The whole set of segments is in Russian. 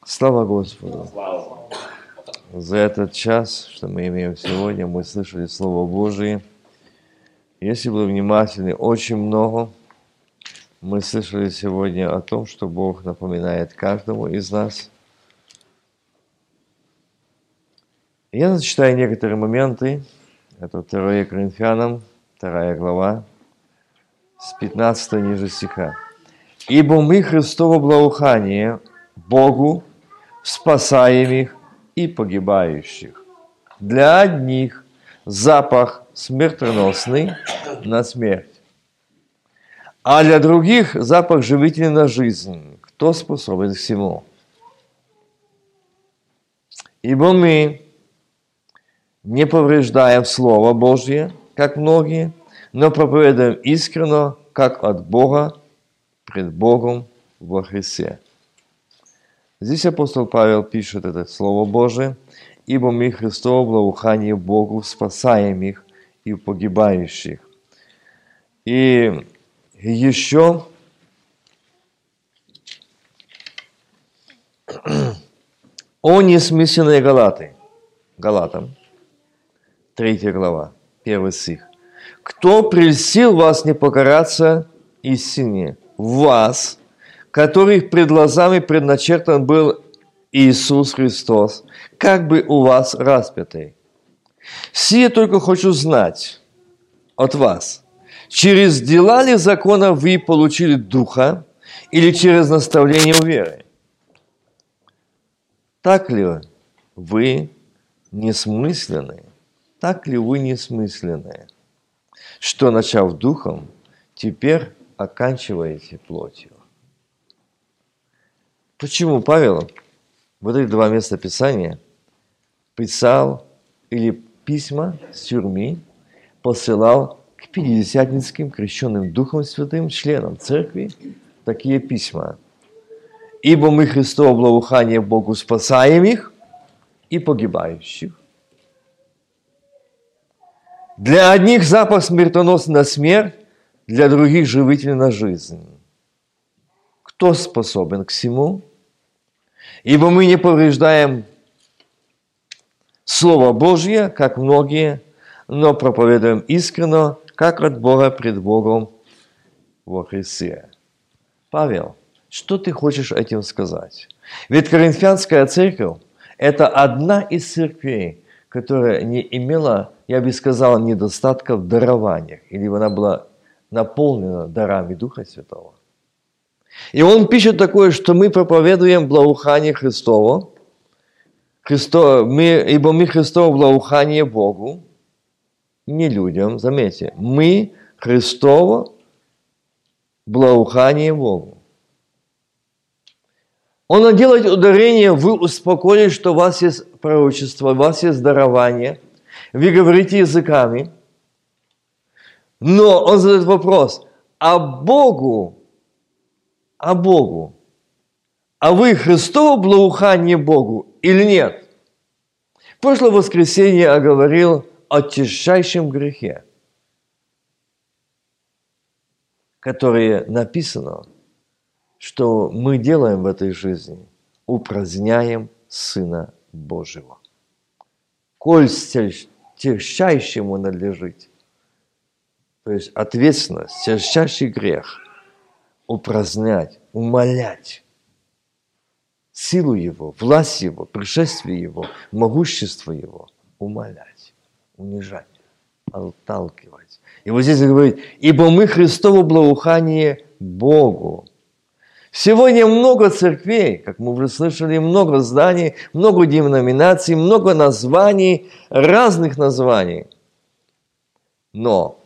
Слава Господу! За этот час, что мы имеем сегодня, мы слышали Слово Божие. Если были внимательны, очень много мы слышали сегодня о том, что Бог напоминает каждому из нас. Я зачитаю некоторые моменты. Это 2 Коринфянам, 2 глава, с 15 ниже стиха. «Ибо мы Христово благоухание Богу, спасаемых и погибающих. Для одних запах смертоносный на смерть, а для других запах живительный на жизнь. Кто способен к всему? Ибо мы не повреждаем Слово Божье, как многие, но проповедуем искренно, как от Бога, пред Богом во Христе». Здесь апостол Павел пишет это Слово Божие, «Ибо мы Христово благоухание Богу, спасаемых и погибающих». И еще о несмысленные Галатам, 3 глава, 1 стих. «Кто прельстил вас не покоряться истине? Вас, которых пред глазами предначертан был Иисус Христос, как бы у вас распятый. Сие только хочу знать от вас, через дела ли закона вы получили Духа, или через наставление в вере? Так ли вы несмысленные? Так ли вы несмысленные, что, начав Духом, теперь оканчиваете плотью?» Почему Павел эти два места Писания писал или письма с тюрьмы посылал к пятидесятницким крещенным Духом Святым членам церкви такие письма? «Ибо мы Христово благоухание Богу спасаемых и погибающих. Для одних запах смертоносный на смерть, для других живительный на жизнь. Кто способен к всему? Ибо мы не повреждаем Слово Божье, как многие, но проповедуем искренно, как от Бога пред Богом во Христе». Павел, что ты хочешь этим сказать? Ведь Коринфянская церковь – это одна из церквей, которая не имела, я бы сказал, недостатка в дарованиях, или она была наполнена дарами Духа Святого. И он пишет такое, что мы проповедуем благоухание Христово, ибо мы Христово благоухание Богу, не людям, заметьте, мы Христово благоухание Богу. Он делает ударение, вы успокоились, что у вас есть пророчество, у вас есть дарование, вы говорите языками, но он задает вопрос, а вы Христово благоухание Богу или нет? В прошлое воскресенье я говорил о тяжчайшем грехе, который написано, что мы делаем в этой жизни, упраздняем Сына Божьего. Коль тяжчайшему надлежит, то есть ответственность, тяжчайший грех, упразднять, умалять силу Его, власть Его, пришествие Его, могущество Его, умалять, унижать, отталкивать. И вот здесь говорит, ибо мы Христово благоухание Богу. Сегодня много церквей, как мы уже слышали, много зданий, много деноминаций, много названий, разных названий. Но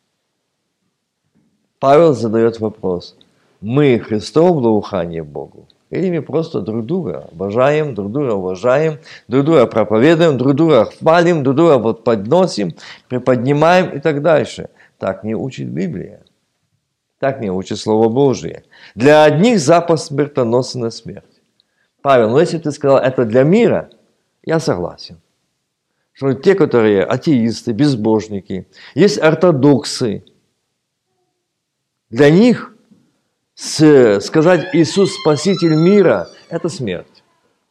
Павел задает вопрос, мы Христово благоухание Богу? Или мы просто друг друга обожаем, друг друга уважаем, друг друга проповедуем, друг друга хвалим, друг друга подносим, приподнимаем и так дальше? Так не учит Библия. Так не учит Слово Божие. Для одних запах смертоносный на смерть. Павел, ну если ты сказал это для мира, я согласен. Что те, которые атеисты, безбожники, есть ортодоксы, для них сказать Иисус Спаситель мира – это смерть.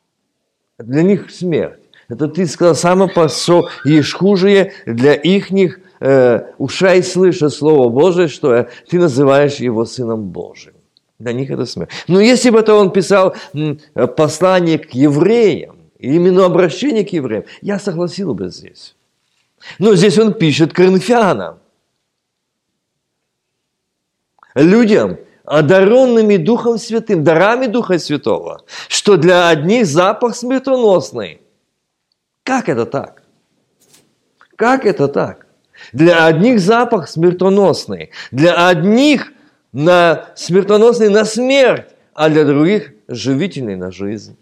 Для них смерть. Это ты сказал, самое хуже для ихних ушей слышать Слово Божие, что ты называешь его Сыном Божьим. Для них это смерть. Но если бы это он писал послание к евреям, именно обращение к евреям, я согласил бы здесь. Но здесь он пишет коринфянам, людям, одаренными Духом Святым, дарами Духа Святого, что для одних запах смертоносный. Как это так? Как это так? Для одних запах смертоносный, для одних смертоносный на смерть, а для других живительный на жизнь.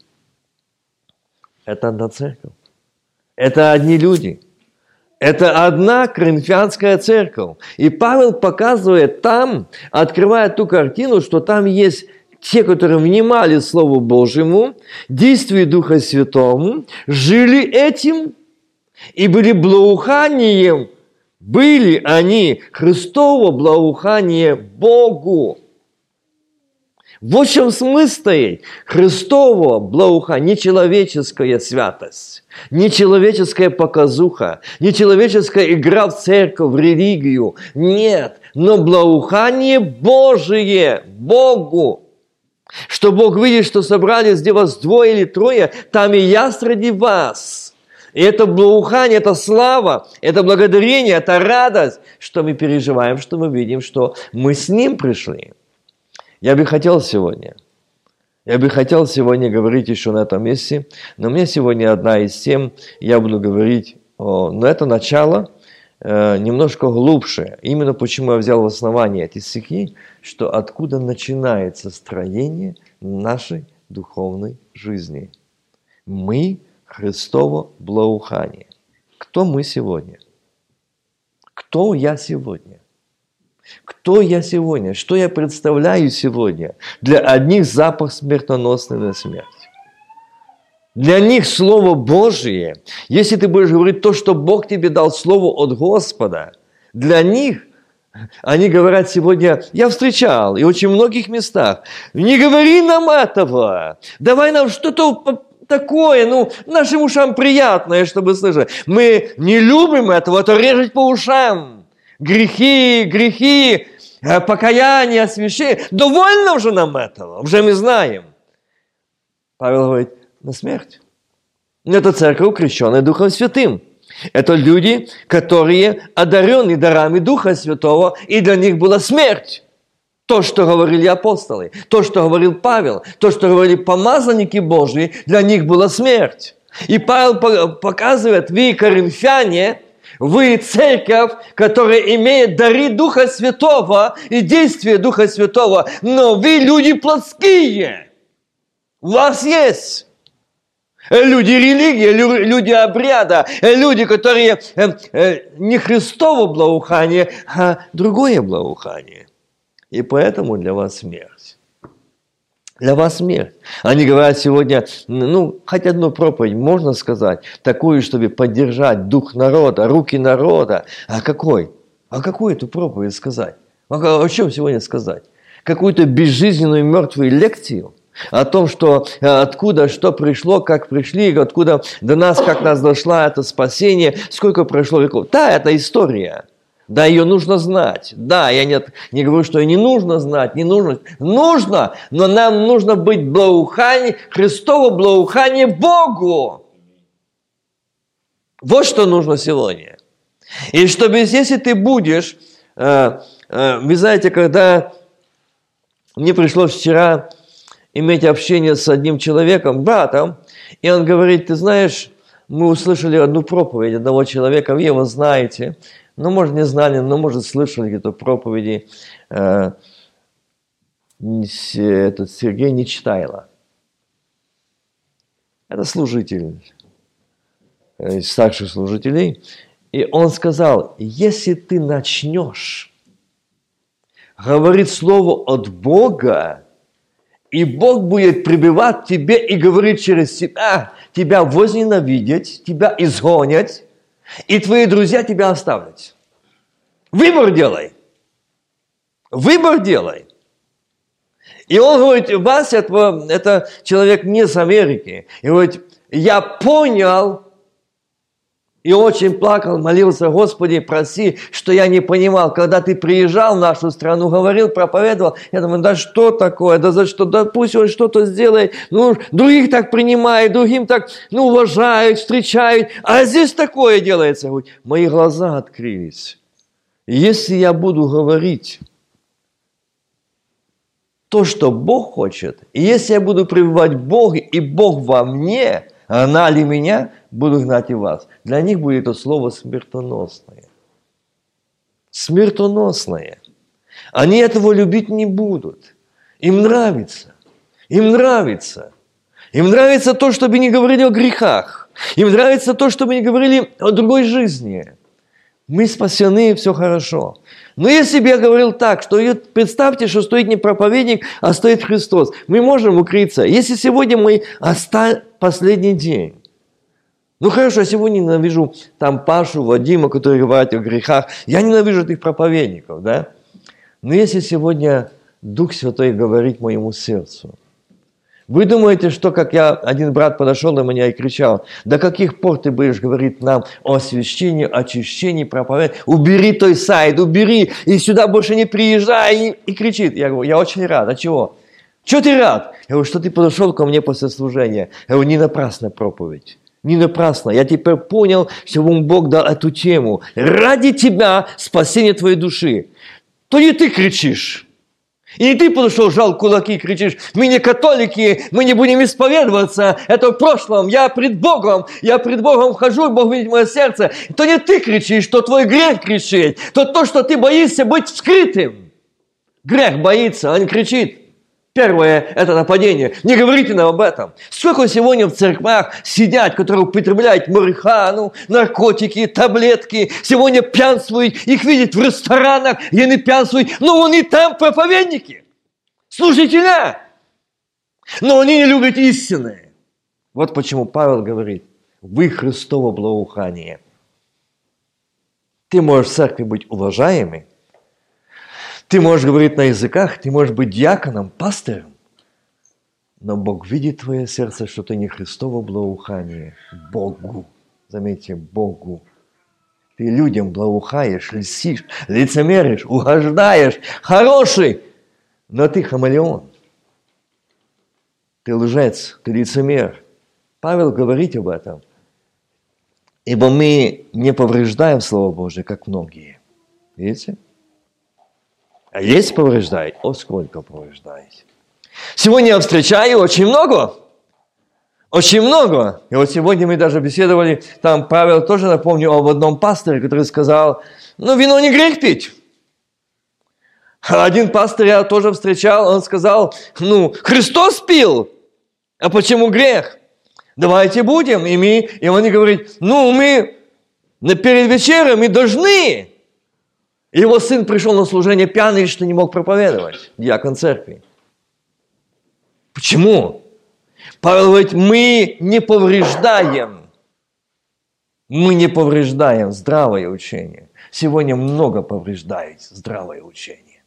Это одна церковь. Это одни люди. Это одна коринфянская церковь. И Павел показывает там, открывает ту картину, что там есть те, которые внимали Слову Божьему, действию Духа Святому, жили этим и были благоуханием. Были они Христово благоухание Богу. Вот в чем смысл стоит. Христово благоухание, не человеческая святость, не человеческая показуха, не человеческая игра в церковь, в религию. Нет, но благоухание Божие Богу. Что Бог видит, что собрались, где вас двое или трое, там и я среди вас. И это благоухание, это слава, это благодарение, это радость, что мы переживаем, что мы видим, что мы с Ним пришли. Я бы хотел сегодня говорить еще на этом месте, но у меня сегодня одна из тем, я буду говорить, но это начало немножко глубже. Именно почему я взял в основание эти стихи, что откуда начинается строение нашей духовной жизни. Мы Христово благоухание. Кто мы сегодня? Кто я сегодня? Кто я сегодня? Что я представляю сегодня? Для одних запах смертоносный на смерть. Для них Слово Божие, если ты будешь говорить то, что Бог тебе дал Слово от Господа, для них, они говорят сегодня, я встречал и в очень многих местах, не говори нам этого, давай нам что-то такое, нашим ушам приятное, чтобы слышать. Мы не любим этого, то режет по ушам. Грехи, покаяние, освящение. Довольно уже нам этого, уже мы знаем. Павел говорит, на смерть. Это церковь, крещенная Духом Святым. Это люди, которые одарены дарами Духа Святого, и для них была смерть. То, что говорили апостолы, то, что говорил Павел, то, что говорили помазанники Божьи, для них была смерть. И Павел показывает, вы, коринфяне, вы церковь, которая имеет дары Духа Святого и действие Духа Святого, но вы люди плотские. У вас есть люди религии, люди обряда, люди, которые не Христово благоухание, а другое благоухание. И поэтому для вас смерть. Для вас смерть. Они говорят сегодня, хоть одну проповедь можно сказать, такую, чтобы поддержать дух народа, руки народа. А какую эту проповедь сказать? О чем сегодня сказать? Какую-то безжизненную мертвую лекцию? О том, что откуда, что пришло, как пришли, откуда до нас, как нас дошло это спасение, сколько прошло веков. Да, это история. Да, ее нужно знать. Да, я не говорю, что ее не нужно знать, не нужно. Нужно, но нам нужно быть благоухание, Христово благоухание Богу. Вот что нужно сегодня. И чтобы, если ты будешь, вы знаете, когда мне пришлось вчера иметь общение с одним человеком, братом, и он говорит, ты знаешь, мы услышали одну проповедь одного человека, вы его знаете, может, не знали, может, слышали какие-то проповеди. Этот Сергей Нечитайло. Это служитель, из старших служителей. И он сказал, если ты начнешь говорить слово от Бога, и Бог будет пребывать в тебе и говорить через тебя возненавидеть, тебя изгонять, и твои друзья тебя оставят. Выбор делай. Выбор делай. И он говорит, Вася, это человек не с Америки. И говорит, я понял и очень плакал, молился: Господи, проси, что я не понимал. Когда ты приезжал в нашу страну, говорил, проповедовал, я думаю, да что такое, да за что, да пусть он что-то сделает. Ну, других так принимают, другим так, уважают, встречают. А здесь такое делается. Мои глаза открылись. И если я буду говорить то, что Бог хочет, и если я буду пребывать в Боге, и Бог во мне, гнали меня, буду гнать и вас. Для них будет это слово смертоносное. Смертоносное. Они этого любить не будут. Им нравится. Им нравится. Им нравится то, чтобы не говорили о грехах. Им нравится то, чтобы не говорили о другой жизни. Мы спасены, все хорошо. Но если бы я говорил так, что представьте, что стоит не проповедник, а стоит Христос, мы можем укрыться. Если сегодня мы последний день, хорошо, я сегодня ненавижу там Пашу, Вадима, которые говорят о грехах, я ненавижу этих проповедников, да? Но если сегодня Дух Святой говорит моему сердцу, вы думаете, что, как один брат подошел на меня и кричал: до каких пор ты будешь говорить нам о освящении, очищении, проповедь? Убери той сайт, убери, и сюда больше не приезжай, и кричит. Я говорю, я очень рад. А чего? Чего ты рад? Я говорю, что ты подошел ко мне после служения. Я говорю, не напрасно проповедь. Не напрасно. Я теперь понял, что вам Бог дал эту тему. Ради тебя спасение твоей души. То не ты кричишь. И не ты подошел, жал кулаки, кричишь: мы не католики, мы не будем исповедоваться, это в прошлом, я пред Богом хожу, Бог видит мое сердце. То не ты кричишь, то твой грех кричит, то, что ты боишься быть вскрытым. Грех боится, он кричит. Первое – это нападение. Не говорите нам об этом. Сколько сегодня в церквах сидят, которые употребляют марихуану, наркотики, таблетки, сегодня пьянствуют, их видят в ресторанах, и они пьянствуют, но они там проповедники, служителя, но они не любят истины. Вот почему Павел говорит: вы Христово благоухание. Ты можешь в церкви быть уважаемым, ты можешь говорить на языках, ты можешь быть диаконом, пастырем, но Бог видит твое сердце, что ты не Христово благоухание Богу. Заметьте, Богу. Ты людям благоухаешь, льстишь, лицемеришь, угождаешь, хороший, но ты хамелеон. Ты лжец, ты лицемер. Павел говорит об этом. Ибо мы не повреждаем Слово Божие, как многие. Видите? А есть повреждает? О, сколько повреждает. Сегодня я встречаю очень много. Очень много. И вот сегодня мы даже беседовали, там Павел тоже напомнил об одном пасторе, который сказал: вино не грех пить. А один пастор я тоже встречал, он сказал: Христос пил, а почему грех? Давайте будем. И он говорит: мы перед вечером мы должны. Его сын пришел на служение пьяный, что не мог проповедовать, диакон церкви. Почему? Павел говорит: мы не повреждаем здравое учение. Сегодня много повреждает здравое учение.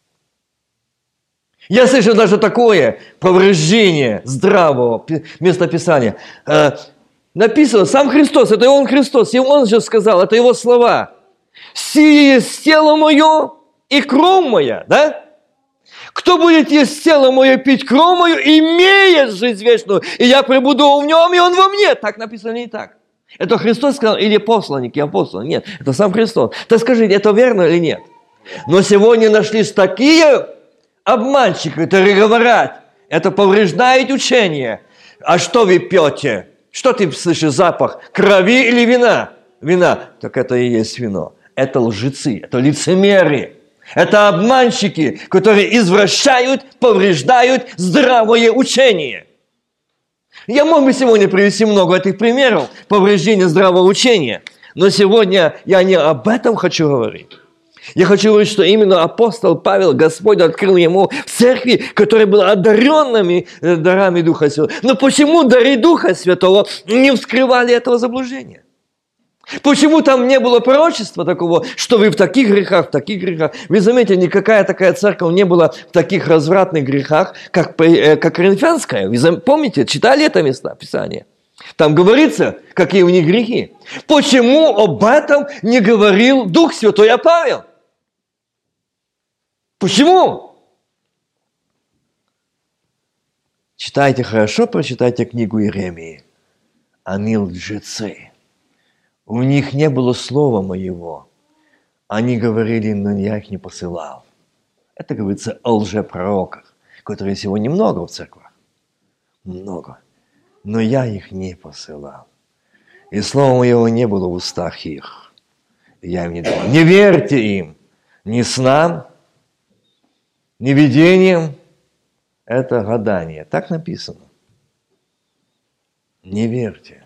Я слышал даже такое повреждение здравого местописания. Написано, сам Христос, это Он Христос, и Он же сказал, это Его слова. «Сие есть тело мое и кровь моя», да? «Кто будет есть тело мое, пить кровь мою, имеет жизнь вечную, и я пребуду в нем, и он во мне». Так написано, не так. Это Христос сказал, или посланники, апостолы? Нет, это сам Христос. Так скажите, это верно или нет? Но сегодня нашлись такие обманщики, которые говорят, это повреждает учение. А что вы пьете? Что ты слышишь, запах крови или вина? Вина. Так это и есть вино. Это лжецы, это лицемеры. Это обманщики, которые извращают, повреждают здравое учение. Я мог бы сегодня привести много этих примеров повреждения здравого учения. Но сегодня я не об этом хочу говорить. Я хочу говорить, что именно апостол Павел, Господь открыл ему в церкви, которая была одаренными дарами Духа Святого. Но почему дары Духа Святого не вскрывали этого заблуждения? Почему там не было пророчества такого, что вы в таких грехах, в таких грехах? Вы заметите, никакая такая церковь не была в таких развратных грехах, как Коринфянская. Вы помните, читали это место Писания? Там говорится, какие у них грехи. Почему об этом не говорил Дух Святой Павел? Почему? Читайте хорошо, прочитайте книгу Иеремии. Они лжецы. У них не было слова моего. Они говорили, но я их не посылал. Это говорится о лжепророках, которые сегодня много в церквах. Много. Но я их не посылал. И слова моего не было в устах их. Я им не давал. Не верьте им. Ни снам, ни видениям. Это гадание. Так написано. Не верьте.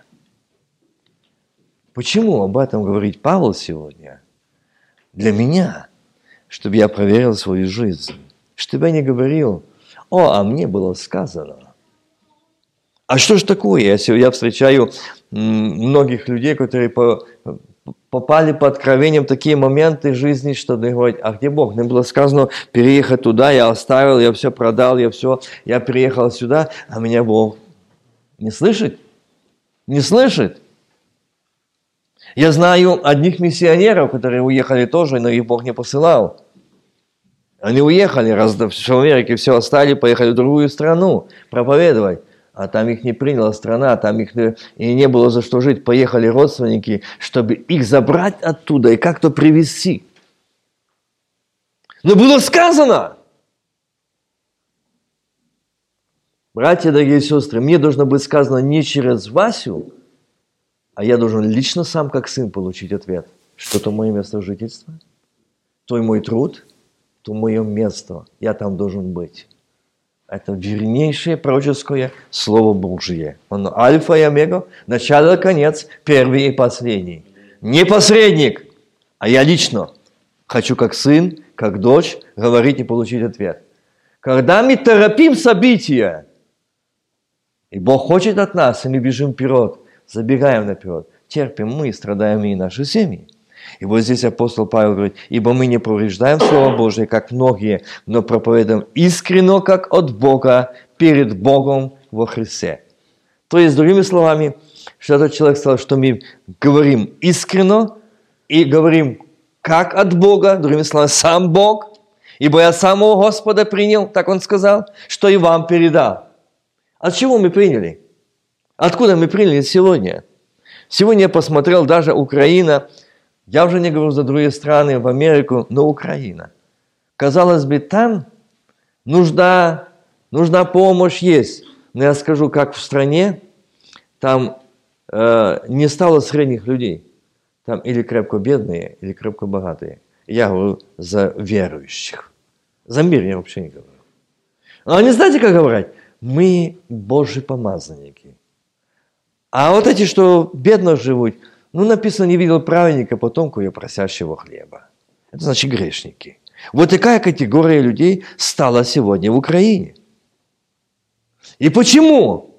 Почему об этом говорит Павел сегодня? Для меня, чтобы я проверил свою жизнь. Чтобы я не говорил, а мне было сказано. А что ж такое? Я встречаю многих людей, которые попали по откровениям в такие моменты жизни, что они говорят, а где Бог? Мне было сказано переехать туда, я оставил, я все продал, я переехал сюда, а меня Бог не слышит? Не слышит? Я знаю одних миссионеров, которые уехали тоже, но их Бог не посылал. Они уехали, в Америке все оставили, поехали в другую страну проповедовать. А там их не приняла страна, там их и не было за что жить. Поехали родственники, чтобы их забрать оттуда и как-то привезти. Но было сказано. Братья, дорогие сестры, мне должно быть сказано не через Васю, а я должен лично сам, как сын, получить ответ. Что то мое место жительства, то и мой труд, то мое место. Я там должен быть. Это вернейшее пророческое Слово Божие. Он альфа и омега, начало и конец, первый и последний. Не посредник, а я лично хочу как сын, как дочь говорить и получить ответ. Когда мы торопим события, и Бог хочет от нас, и мы бежим вперед, забегаем наперед, терпим мы, страдаем мы и наши семьи. И вот здесь апостол Павел говорит, ибо мы не повреждаем Слово Божие, как многие, но проповедуем искренно, как от Бога, перед Богом во Христе. То есть, другими словами, что этот человек сказал, что мы говорим искренно и говорим как от Бога, другими словами, сам Бог, ибо я самого Господа принял, так он сказал, что и вам передал. От чего мы приняли? Откуда мы приняли сегодня? Сегодня я посмотрел, даже Украина, я уже не говорю за другие страны, в Америку, но Украина. Казалось бы, там нужна помощь есть. Но я скажу, как в стране, там не стало средних людей. Там или крепко бедные, или крепко богатые. Я говорю за верующих. За мир я вообще не говорю. А они знаете, как говорят? Мы Божьи помазанники. А вот эти, что бедно живут, написано, не видел праведника, потомку ее просящего хлеба. Это значит грешники. Вот такая категория людей стала сегодня в Украине. И почему?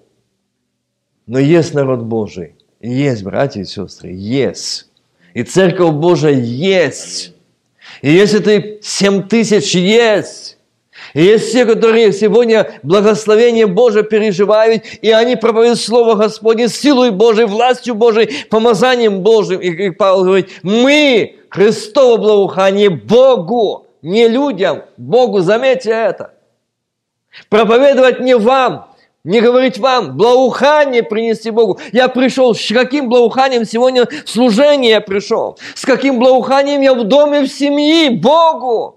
Но есть народ Божий. Есть, братья и сестры, есть. И Церковь Божия есть. И есть это 7000 есть. И есть те, которые сегодня благословение Божие переживают, и они проповедуют Слово Господне силой Божией, властью Божией, помазанием Божьим. И Павел говорит, мы Христово благоухание Богу, не людям, Богу, заметьте это. Проповедовать не вам, не говорить вам, благоухание принести Богу. Я пришел, с каким благоуханием сегодня в служение я пришел? С каким благоуханием я в доме, в семье? Богу!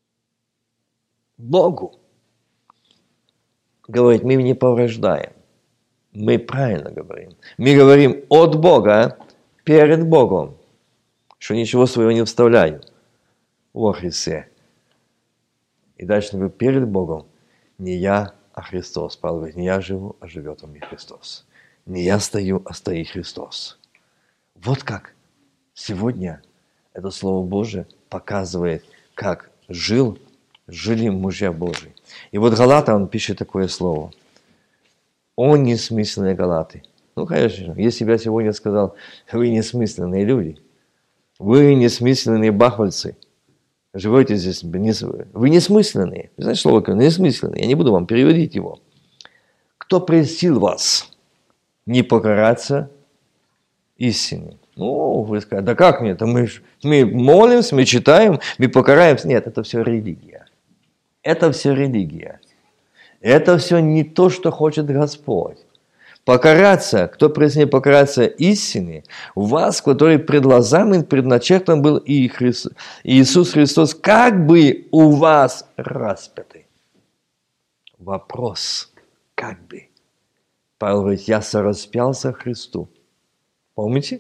Богу. Говорит, мы не повреждаем. Мы правильно говорим. Мы говорим от Бога перед Богом. Что ничего своего не вставляю во Христе. И дальше говорю, перед Богом не я, а Христос. Павел говорит, не я живу, а живет во мне Христос. Не я стою, а стоит Христос. Вот как сегодня это Слово Божие показывает, как жили мужья Божии. И вот Галатам он пишет такое слово. О, несмысленные Галаты. Конечно, если бы я сегодня сказал, вы несмысленные люди, вы несмысленные бахвальцы, живете здесь, вы несмысленные. Знаете слово несмысленные? Я не буду вам переводить его. Кто прельстил вас? не покоряться истине. Ну, вы скажете, да как мне это? Мы молимся, мы читаем, мы покораемся. Нет, это все религия. Это все религия. Это все не то, что хочет Господь. Покоряться, кто прежде покоряться истине, у вас, который пред глазами предначертан был и Иисус Христос, как бы у вас распятый. Вопрос, как бы. Павел говорит, я сораспялся Христу. Помните?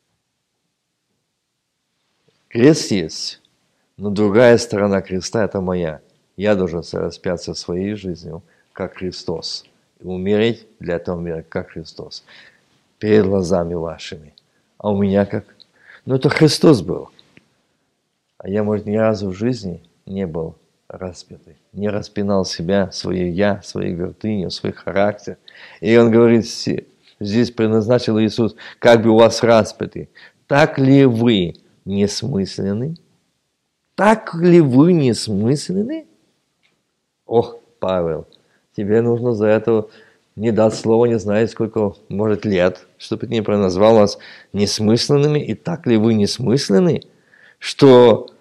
Крест есть, но другая сторона креста – это моя. Я должен сораспяться своей жизнью, как Христос. И умереть для этого мира, как Христос. Перед глазами вашими. А у меня как? Ну, это Христос был. А я, может, ни разу в жизни не был распятый. Не распинал себя, свое я, свою гордыню, свой характер. И он говорит, здесь предназначил Иисус, как бы у вас распятый. Так ли вы несмысленны? Так ли вы несмысленны? Ох, Павел, тебе нужно за это не дать слова, не знаю, сколько, может, лет, чтобы ты не проназвал вас несмысленными. И так ли вы несмысленны, что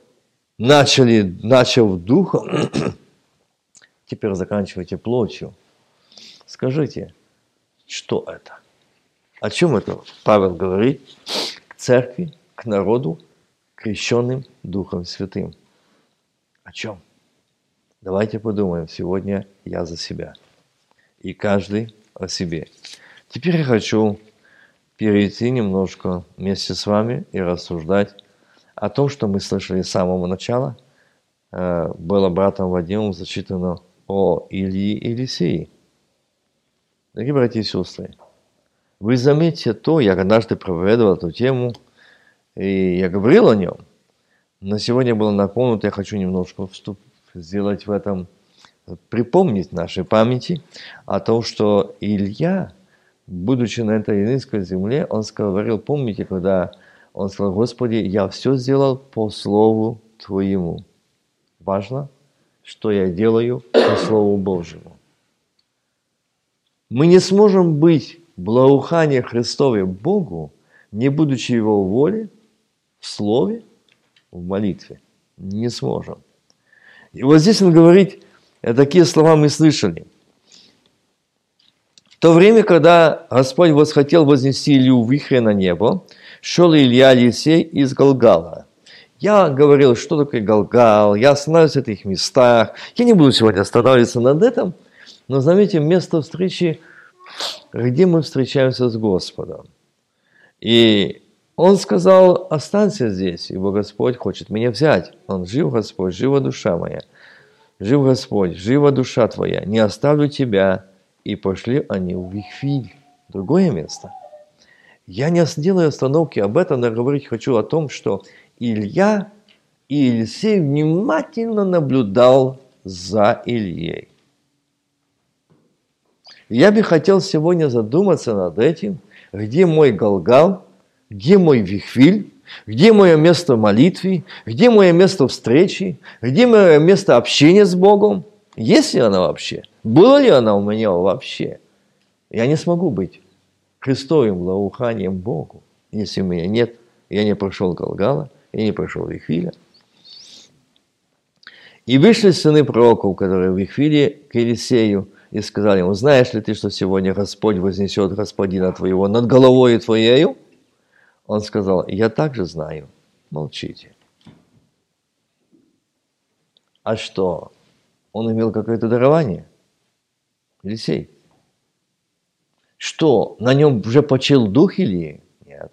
начав духом, теперь заканчиваете плотью? Скажите, что это? О чем это Павел говорит к церкви, к народу, крещенным Духом Святым? О чем? Давайте подумаем сегодня я за себя. И каждый о себе. Теперь я хочу перейти немножко вместе с вами и рассуждать о том, что мы слышали с самого начала. Было братом Вадимом зачитано о Илии и Елисее. Дорогие братья и сестры, вы заметьте то, я однажды проповедовал эту тему, и я говорил о нем, но сегодня было напомнено, я хочу немножко сделать в этом, припомнить нашей памяти о том, что Илья, будучи на этой Илийской земле, он говорил, помните, когда он сказал, Господи, я все сделал по Слову Твоему. Важно, что я делаю по Слову Божьему. Мы не сможем быть в благоухании Христове Богу, не будучи Его в воле, в Слове, в молитве. Не сможем. И вот здесь он говорит, такие слова мы слышали. В то время, когда Господь восхотел вознести Илью в вихре на небо, шел Илья Елисей из Галгала. Я говорил, что такое Галгал, я останавливаюсь в этих местах. Я не буду сегодня останавливаться над этим, но заметьте, место встречи, где мы встречаемся с Господом. И он сказал, останься здесь, ибо Господь хочет меня взять. Он жив, Господь, жива душа моя. Жив Господь, жива душа твоя. Не оставлю тебя. И пошли они в Вихвиль, другое место. Я не делаю остановки об этом, но говорить хочу о том, что Илья и Елисей внимательно наблюдал за Ильей. Я бы хотел сегодня задуматься над этим, где мой Галгал, где мой Вихвиль, где мое место молитвы, где мое место встречи, где мое место общения с Богом. Есть ли она вообще? Было ли она у меня вообще? Я не смогу быть Христовым благоуханием Богу, если у меня нет, я не прошел Галгала, я не прошел Вихвиля. И вышли сыны пророков, которые в Вихвиле, к Елисею, и сказали ему, знаешь ли ты, что сегодня Господь вознесет Господина твоего над головой твоею? Он сказал, я также знаю, молчите. А что, он имел какое-то дарование? Елисей. Что, на нем уже почил дух Илии? Нет.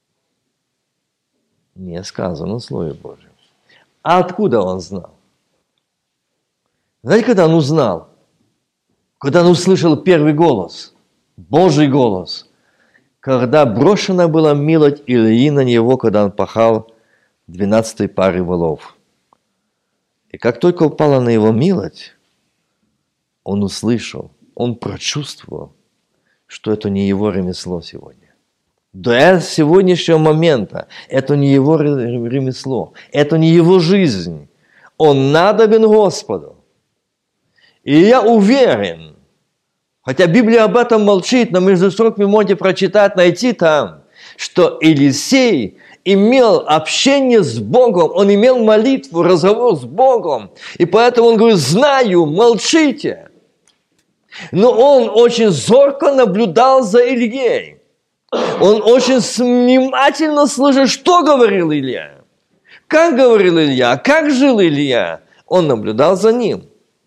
Не сказано в Слове Божьем. А откуда он знал? Знаете, когда он узнал? Когда он услышал первый голос, Божий голос, когда брошена была милость Илии на него, когда он пахал 12-й пары волов. И как только упала на его милость, он услышал, он прочувствовал, что это не его ремесло сегодня. До сегодняшнего момента это не его ремесло, это не его жизнь. Он надобен Господу. И я уверен, Хотя Библия об этом молчит, но между строк вы можете прочитать, найти там, что Елисей имел общение с Богом, он имел молитву, разговор с Богом. И поэтому он говорит: знаю, молчите. Но он очень зорко наблюдал за Ильей. Он очень внимательно слышал, что говорил Илья. Как говорил Илья, как жил Илья. Он наблюдал за ним.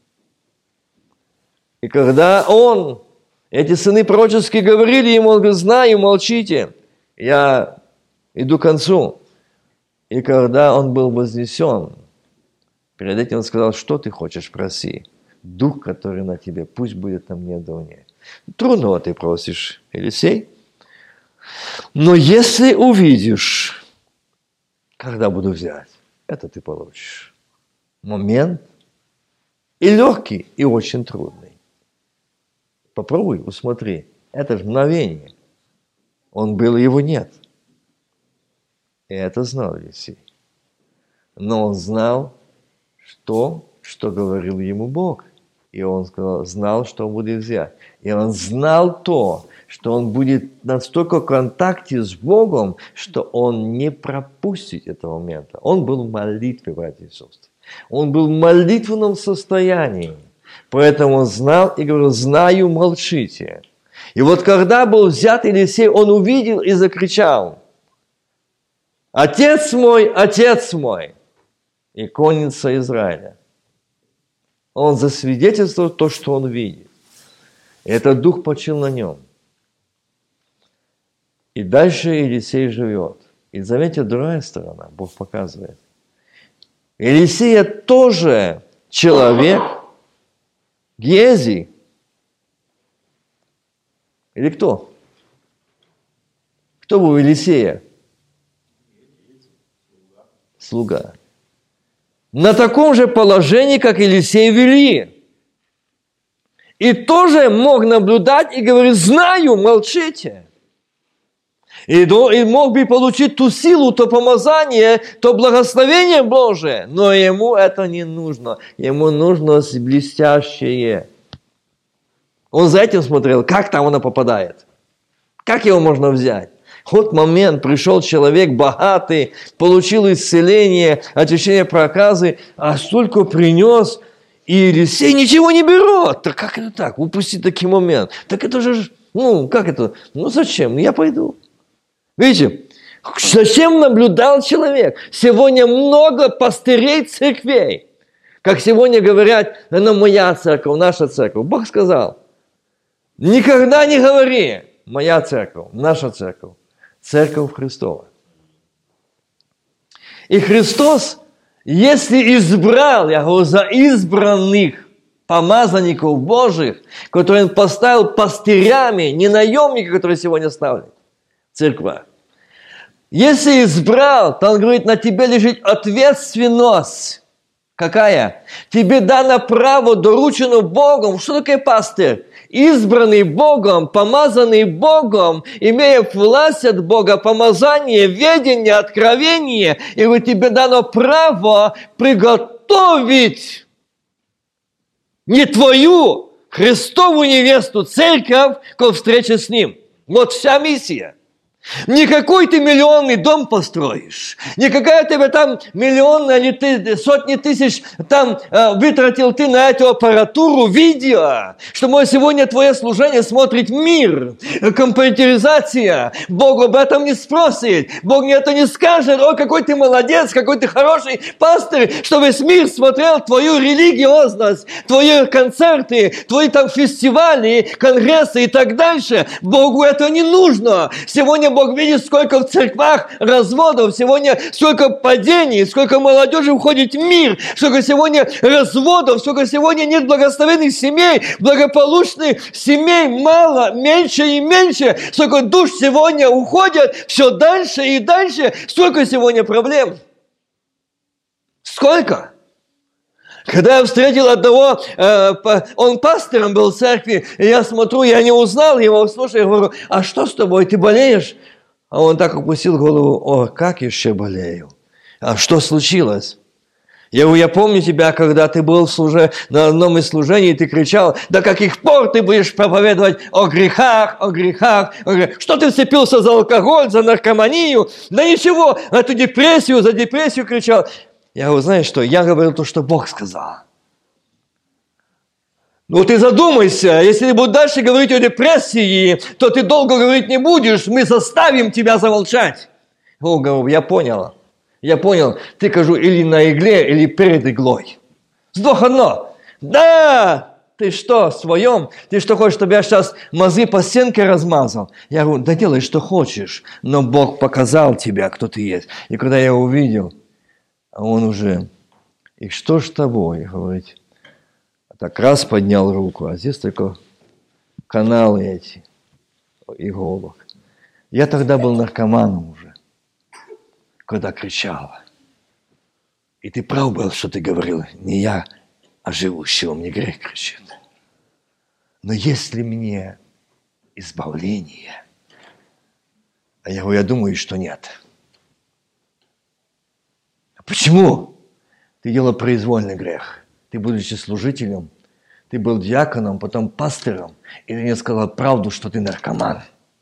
И когда эти сыны пророческие говорили ему, он говорит: знаю, молчите, я иду к концу. И когда он был вознесен, перед этим он сказал: что ты хочешь, проси. Дух, который на тебе, пусть будет на мне до ныне. Трудного ты просишь, Елисей. Но если увидишь, когда буду взять, это ты получишь. Момент и легкий, и очень трудный. Попробуй, усмотри. Это же мгновение. Он был, его нет. И это знал Елисей. Но он знал, что говорил ему Бог. И он знал, что он будет взять. И он знал то, что он будет настолько в контакте с Богом, что он не пропустит этого момента. Он был в молитве, братья и сестры. Он был в молитвенном состоянии. Поэтому он знал и говорил: знаю, молчите. И вот когда был взят Елисей, он увидел и закричал: отец мой, и конница Израиля. Он засвидетельствовал то, что он видит. И этот дух почил на нем. И дальше Елисей живет. И заметьте, другая сторона, Бог показывает. Елисей тоже человек Гиези. Или кто? Кто был у Елисея? Слуга. На таком же положении, как Елисей в Илии. И тоже мог наблюдать и говорить: знаю, молчите. И мог бы получить ту силу, то помазание, то благословение Божие. Но ему это не нужно. Ему нужно блестящее. Он за этим смотрел, как там оно попадает. Как его можно взять? Вот момент, пришел человек богатый, получил исцеление, очищение проказы, а столько принес, и Елисей ничего не берет. Так как это так? Упустить такой момент. Так это же, как это? Зачем? Я пойду. Видите, зачем наблюдал человек? Сегодня много пастырей церквей. Как сегодня говорят: она моя церковь, наша церковь. Бог сказал: никогда не говори моя церковь, наша церковь. Церковь Христова. И Христос, если избрал, я говорю, за избранных помазанников Божьих, которые Он поставил пастырями, не наемники, которые сегодня ставят в церквах. Если избрал, то Он говорит: на тебе лежит ответственность. Какая? Тебе дано право, доручено Богом. Что такое пастырь? Избранный Богом, помазанный Богом, имея власть от Бога, помазание, ведение, откровение, и вот тебе дано право приготовить не твою Христову невесту, церковь, к встрече с Ним. Вот вся миссия. Не какой ты миллионный дом построишь, не какая тебе там миллионная, или ты сотни тысяч там вытратил ты на эту аппаратуру, видео, что сегодня твое служение смотрит мир, компьютеризация. Бог об этом не спросит, Бог мне это не скажет: о, какой ты молодец, какой ты хороший пастырь, что весь мир смотрел твою религиозность, твои концерты, твои там фестивали, конгрессы и так дальше. Богу это не нужно. Сегодня Бог видит, сколько в церквах разводов, сегодня сколько падений, сколько молодежи уходит в мир, сколько сегодня разводов, сколько сегодня нет благословенных семей, благополучных семей мало, меньше и меньше, сколько душ сегодня уходят все дальше и дальше, сколько сегодня проблем. Сколько? Когда я встретил одного, он пастором был в церкви, и я смотрю, я не узнал его, слушай, я говорю: а что с тобой, ты болеешь? А он так опустил голову: о, как еще болею? А что случилось? Я говорю, я помню тебя, когда ты был на одном из служений, и ты кричал, до каких пор ты будешь проповедовать о грехах, о грехах, о грехах. Что ты вцепился за алкоголь, за наркоманию? Да ничего, эту депрессию, за депрессию кричал. Я говорю, знаешь что, я говорил то, что Бог сказал. Ну ты задумайся, если ты будешь дальше говорить о депрессии, то ты долго говорить не будешь, мы заставим тебя замолчать. Он говорит, я понял, ты кажу или на игле, или перед иглой. Сдох одно. Да, ты что, в своем? Ты что хочешь, чтобы я сейчас мозги по стенке размазал? Я говорю, да делай, что хочешь, но Бог показал тебя, кто ты есть. И когда я увидел, а он уже, и что ж тобой, говорит, так раз поднял руку, а здесь только каналы эти, иголок. Я тогда был наркоманом уже, когда кричал. И ты прав был, что ты говорил, не я, а живущий во мне грех кричит. Но если мне избавление, а я говорю, я думаю, что нет. Почему? Ты делал произвольный грех. Ты, будучи служителем, ты был диаконом, потом пастырем, и ты мне сказал правду, что ты наркоман.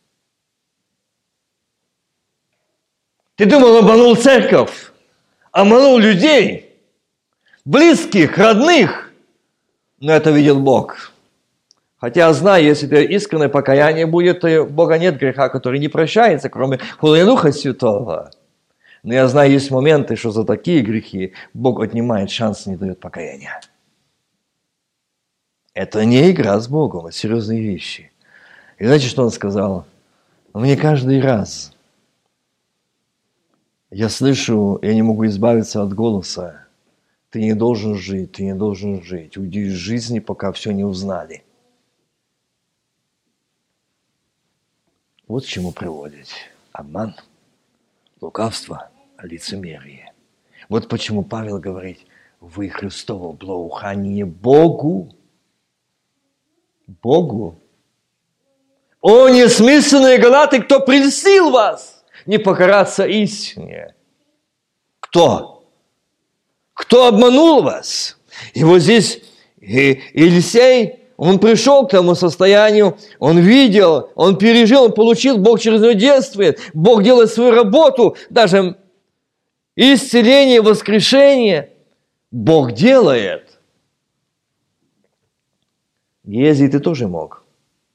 Ты думал, обманул церковь, обманул людей, близких, родных, но это видел Бог. Хотя я знаю, если это искреннее покаяние будет, то Бога нет греха, который не прощается, кроме Хула Духа Святого. Но я знаю, есть моменты, что за такие грехи Бог отнимает шанс, не дает покаяния. Это не игра с Богом, это серьезные вещи. И знаете, что он сказал? Мне каждый раз я слышу, я не могу избавиться от голоса. Ты не должен жить, ты не должен жить. Уйди из жизни, пока все не узнали. Вот к чему приводит обман, лукавство, лицемерие. Вот почему Павел говорит, вы Христово благоухание Богу. Богу. О, несмысленные галаты, кто прельстил вас, не покораться истине. Кто? Кто обманул вас? И вот здесь Елисей, он пришел к тому состоянию, он видел, он пережил, он получил, Бог через него действует, Бог делает свою работу, даже исцеление, воскрешение Бог делает. Гези ты тоже мог.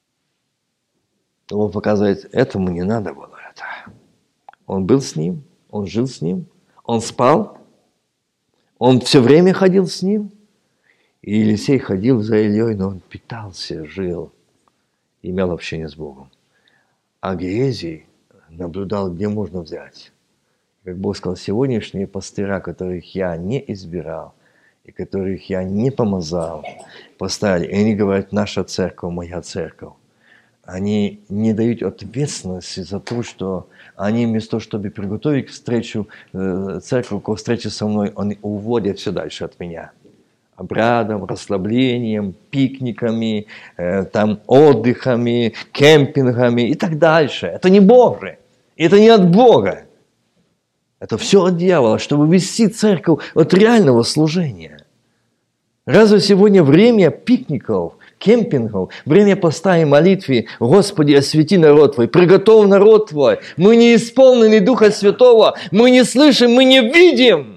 Он показывает, этому не надо было это. Он был с ним, он жил с ним, он спал, он все время ходил с ним. И Елисей ходил за Ильей, но он питался, жил, имел общение с Богом. А Гези наблюдал, где можно взять. Как Бог сказал, сегодняшние пастыря, которых я не избирал, и которых я не помазал, поставили. И они говорят, наша церковь, моя церковь. Они не дают ответственности за то, что они вместо того, чтобы приготовить встречу, церковь к встрече со мной, они уводят все дальше от меня. Обрядом, расслаблением, пикниками, там, отдыхами, кемпингами и так дальше. Это не Божие. Это не от Бога. Это все от дьявола, чтобы вести церковь от реального служения. Разве сегодня время пикников, кемпингов, время поста и молитвы, Господи, освети народ Твой, приготовь народ Твой. Мы не исполнены Духа Святого, мы не слышим, мы не видим.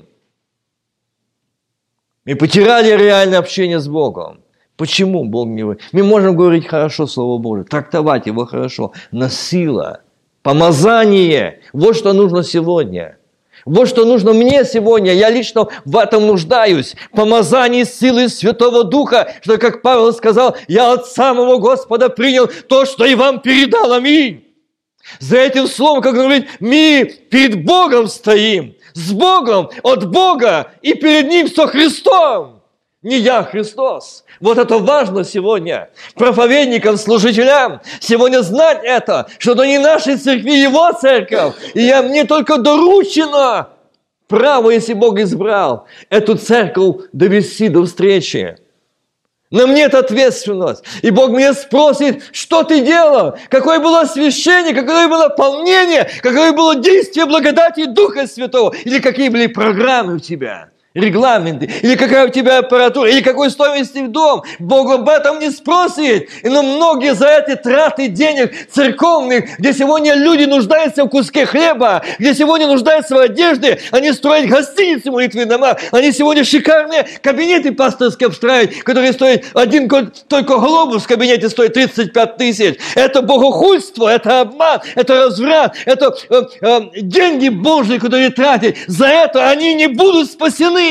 Мы потеряли реальное общение с Богом. Почему Бог не вы? Мы можем говорить хорошо Слово Божие, трактовать его хорошо, но сила, помазание, вот что нужно сегодня. Вот что нужно мне сегодня. Я лично в этом нуждаюсь. Помазание силы Святого Духа, что, как Павел сказал, я от самого Господа принял то, что и вам передал. Аминь. За этим словом, как говорит, мы перед Богом стоим. С Богом, от Бога и перед Ним со Христом. Не я, Христос. Вот это важно сегодня. Проповедникам, служителям сегодня знать это, что это не нашей церкви, Его церковь. И мне только доручено право, если Бог избрал, эту церковь довести до встречи. На мне это ответственность. И Бог меня спросит, что ты делал? Какое было освящение, какое было полнение, какое было действие благодати Духа Святого? Или какие были программы у тебя? регламенты, или какая у тебя аппаратура, или какой стоимости в дом. Бог об этом не спросит. Но многие за эти траты денег церковных, где сегодня люди нуждаются в куске хлеба, где сегодня нуждаются в одежде, они строят гостиницы, молитвенные дома, они сегодня шикарные кабинеты пасторские обстраивают, которые стоят один только глобус в кабинете стоит 35 тысяч. Это богохульство, это обман, это разврат, это деньги Божьи, которые тратят. За это они не будут спасены.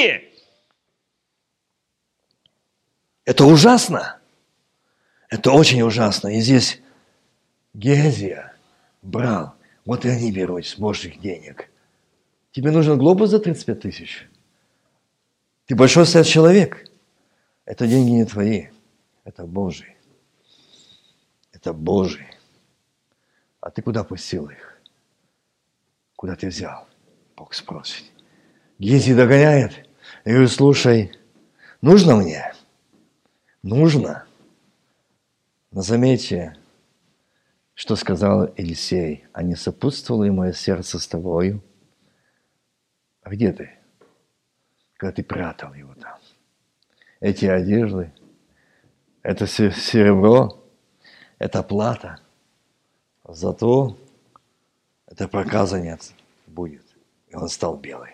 Это ужасно. Это очень ужасно. И здесь Гезия брал. Вот и они берут с Божьих денег. Тебе нужен глобус за 35 тысяч? Ты большой стать человек. Это деньги не твои. Это Божьи. Это Божьи. А ты куда пустил их? Куда ты взял? Бог спросит. Гези догоняет. Я говорю, слушай, нужно мне? Нужно. Но заметьте, что сказал Елисей. А не сопутствовало ли мое сердце с тобою? А где ты? Когда ты прятал его там. Эти одежды, это серебро, это плата. Зато это проказа нет будет. И он стал белый.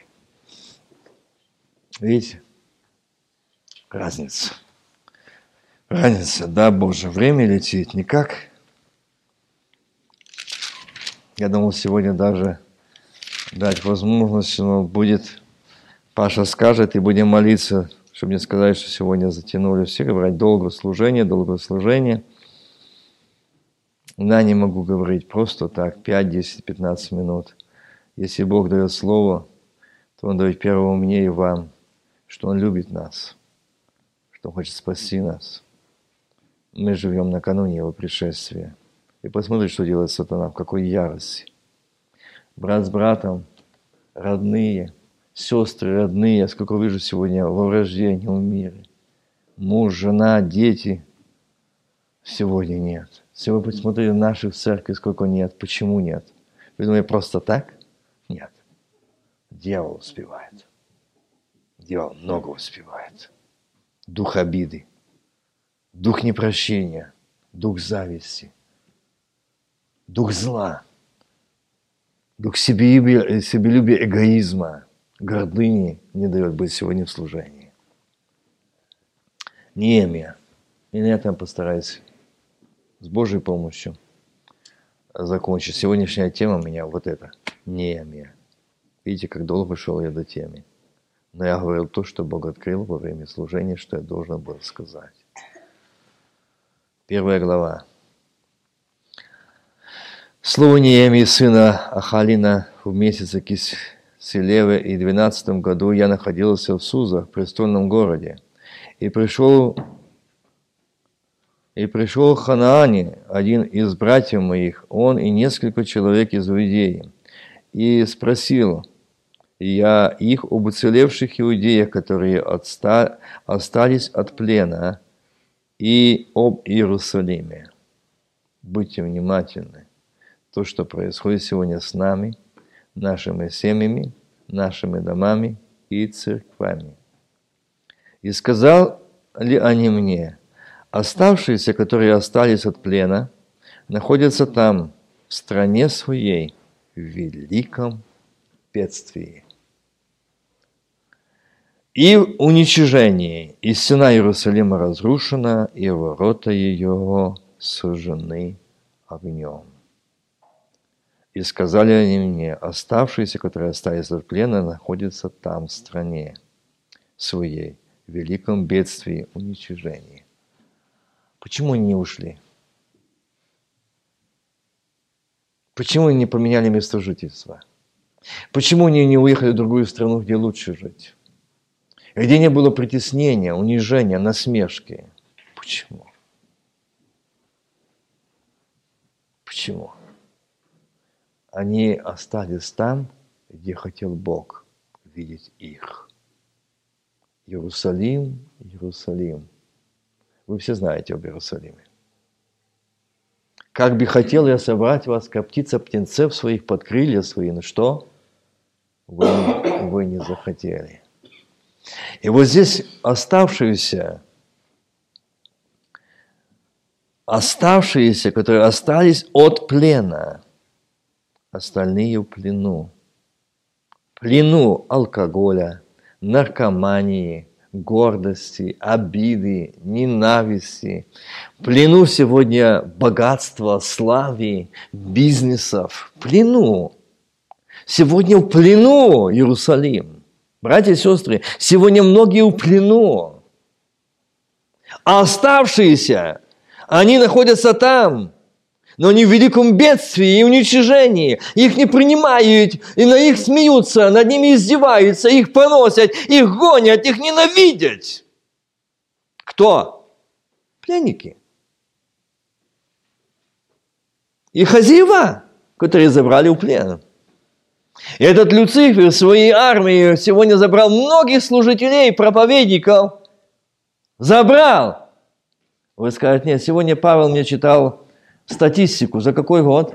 Видите? Разница. Разница, да, Боже, время летит никак. Я думал сегодня даже дать возможность, но будет, Паша скажет, и будем молиться, чтобы не сказать, что сегодня затянули все, говорить долгое служение. Да, не могу говорить просто так, 5, 10, 15 минут. Если Бог дает слово, то Он дает первому мне и вам, что Он любит нас, что Он хочет спасти нас. Мы живем накануне Его пришествия. И посмотрите, что делает сатана, в какой ярости. Брат с братом, родные, сестры родные, сколько вижу сегодня во враждении в мире. Муж, жена, дети. Сегодня нет. Сегодня посмотрели наших в церкви, сколько нет. Почему нет? Вы думаете, просто так? Нет. Дьявол успевает. Дьявол много успевает. Дух обиды, дух непрощения, дух зависти, дух зла, дух себелюбия, эгоизма, гордыни не дает быть сегодня в служении. Неемия. И на этом постараюсь с Божьей помощью закончить. Сегодняшняя тема у меня вот эта. Неемия. Видите, как долго шел я до темы. Но я говорил то, что Бог открыл во время служения, что я должен был сказать. 1 глава. Слово Неемии, сына Ахалина, в месяце Кислеве и 12 году я находился в Сузах, престольном городе, и пришел в Ханаане один из братьев моих, он и несколько человек из Иудеи, и спросил я их об уцелевших иудеях, которые остались от плена, и об Иерусалиме. Будьте внимательны. То, что происходит сегодня с нами, нашими семьями, нашими домами и церквами. И сказали они мне, оставшиеся, которые остались от плена, находятся там, в стране своей, в великом бедствии и уничижении, и стена Иерусалима разрушена, и ворота ее сожжены огнем. И сказали они мне, оставшиеся, которые остались от плена, находятся там, в стране своей, в великом бедствии, уничижении. Почему они не ушли? Почему они не поменяли место жительства? Почему они не уехали в другую страну, где лучше жить? Где не было притеснения, унижения, насмешки? Почему? Почему? Они остались там, где хотел Бог видеть их. Иерусалим, Иерусалим. Вы все знаете об Иерусалиме. Как бы хотел я собрать вас, как птица птенцев своих под крылья свои, но что? Вы не захотели. И вот здесь оставшиеся, которые остались от плена, остальные в плену. В плену алкоголя, наркомании, гордости, обиды, ненависти. В плену сегодня богатства, славы, бизнесов. В плену. Сегодня в плену Иерусалим. Братья и сестры, сегодня многие в плену. А оставшиеся, они находятся там, но они в великом бедствии и уничижении. Их не принимают, и на них смеются, над ними издеваются, их поносят, их гонят, их ненавидят. Кто? Пленники. И хозяева, которые забрали в плен. И этот Люцифер в своей армии сегодня забрал многих служителей, проповедников. Забрал. Вы скажете, нет, сегодня Павел мне читал статистику. За какой год?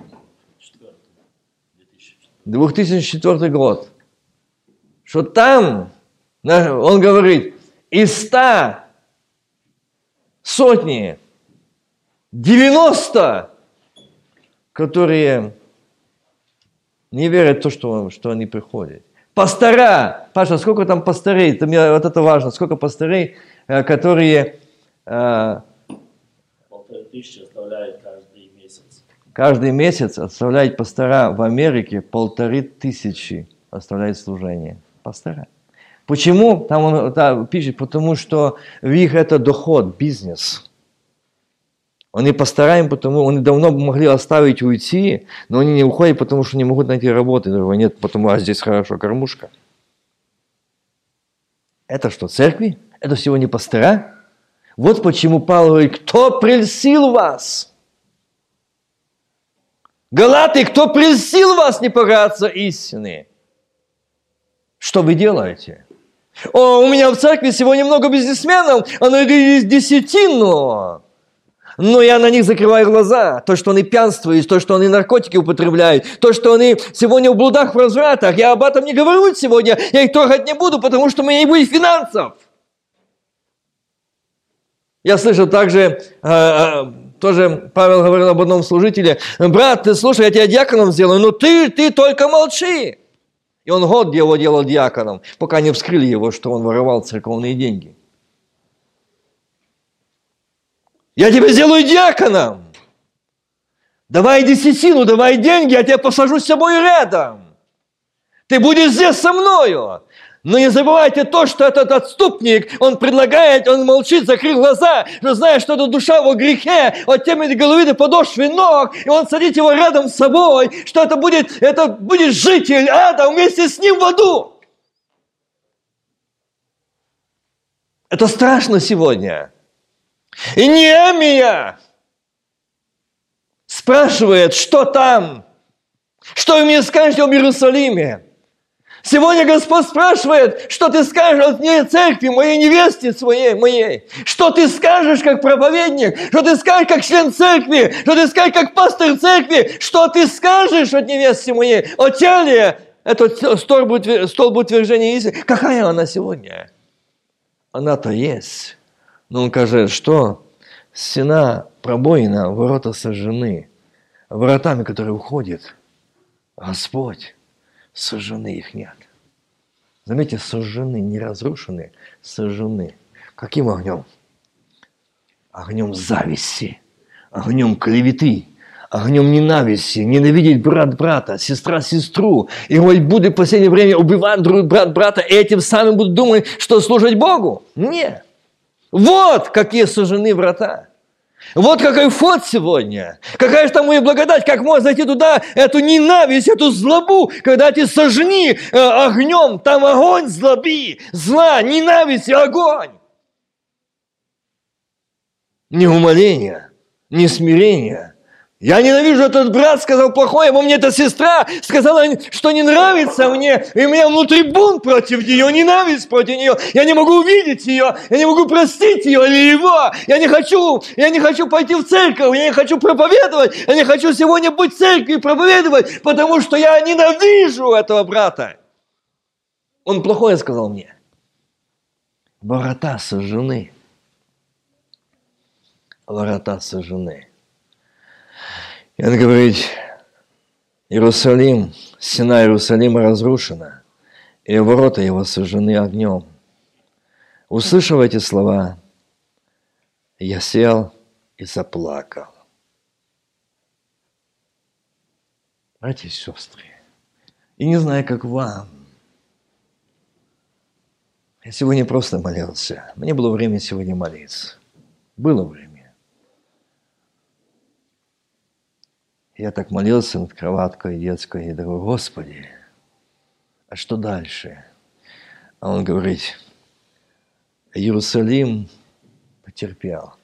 2004 год. Что там, он говорит, из 100 сотни, 90, которые не верят в то, что они приходят. Пастора. Паша, сколько там пастырей? Вот это важно. Сколько пастырей, которые... 1500 оставляют каждый месяц. Каждый месяц оставляют пастора в Америке 1500 оставляют служение. Пастора. Почему? Там он пишет, потому что в их это доход, бизнес. Они пастора, потому они давно могли оставить уйти, но они не уходят, потому что не могут найти работы. Нет, потому что здесь хорошо, кормушка. Это что, церкви? Это всего не пастора? Вот почему Павел говорит, кто прельстил вас? Галаты, кто прельстил вас не погаться истины? Что вы делаете? О, у меня в церкви сегодня много бизнесменов, они дают десятину. Но я на них закрываю глаза. То, что они пьянствуют, то, что они наркотики употребляют, то, что они сегодня в блудах, в развратах. Я об этом не говорю сегодня. Я их трогать не буду, потому что у меня не будет финансов. Я слышал также, тоже Павел говорил об одном служителе. Брат, ты слушай, я тебя диаконом сделаю, но ты только молчи. И он год его делал диаконом, пока не вскрыли его, что он воровал церковные деньги. Я тебя сделаю диаконом. Давай десятину, давай деньги, я тебя посажу с собой рядом. Ты будешь здесь со мною. Но не забывайте то, что этот отступник, он предлагает, он молчит, закрыл глаза, что знает, что эта душа во грехе, от темени головы до подошвы ног, и он садит его рядом с собой, что это будет житель ада вместе с ним в аду. Это страшно сегодня. И Неемия спрашивает, что там? Что вы мне скажете об Иерусалиме? Сегодня Господь спрашивает, что ты скажешь от ней церкви, моей невесте моей. Что ты скажешь как проповедник, что ты скажешь как член церкви, что ты скажешь как пастор церкви, что ты скажешь от невесте моей, о теле, это столб утверждения истины. Какая она сегодня? Она-то есть. Но он скажет, что стена пробоина, ворота сожжены. Воротами, которые уходят, Господь, сожжены их нет. Заметьте, сожжены, не разрушены, сожжены. Каким огнем? Огнем зависти, огнем клеветы, огнем ненависти, ненавидеть брат брата, сестра сестру. И вот будут в последнее время убивать брат брата, и этим самым будут думать, что служить Богу. Нет. Вот какие сожжены врата. Вот какой фот сегодня. Какая же там моя благодать, как можно зайти туда, эту ненависть, эту злобу, когда ты сожни огнем, там огонь злоби, зла, ненависть и огонь. Ни умоления, ни смирения. Я ненавижу этот брат, сказал плохое, обо мне эта сестра сказала, что не нравится мне, и у меня внутри бунт против нее, ненависть против нее. Я не могу увидеть ее, я не могу простить ее или его. Я не хочу пойти в церковь, я не хочу проповедовать, я не хочу сегодня быть в церкви и проповедовать, потому что я ненавижу этого брата. Он плохое сказал мне. Ворота сожжены. Ворота сожжены. И он говорит, Иерусалим, стена Иерусалима разрушена, и ворота его сожжены огнем. Услышав эти слова, я сел и заплакал. Братья и сестры, и не знаю, как вам, я сегодня просто молился. Мне было время сегодня молиться. Было время. Я так молился над кроваткой детской и думаю, Господи, а что дальше? А он говорит, Иерусалим потерпел.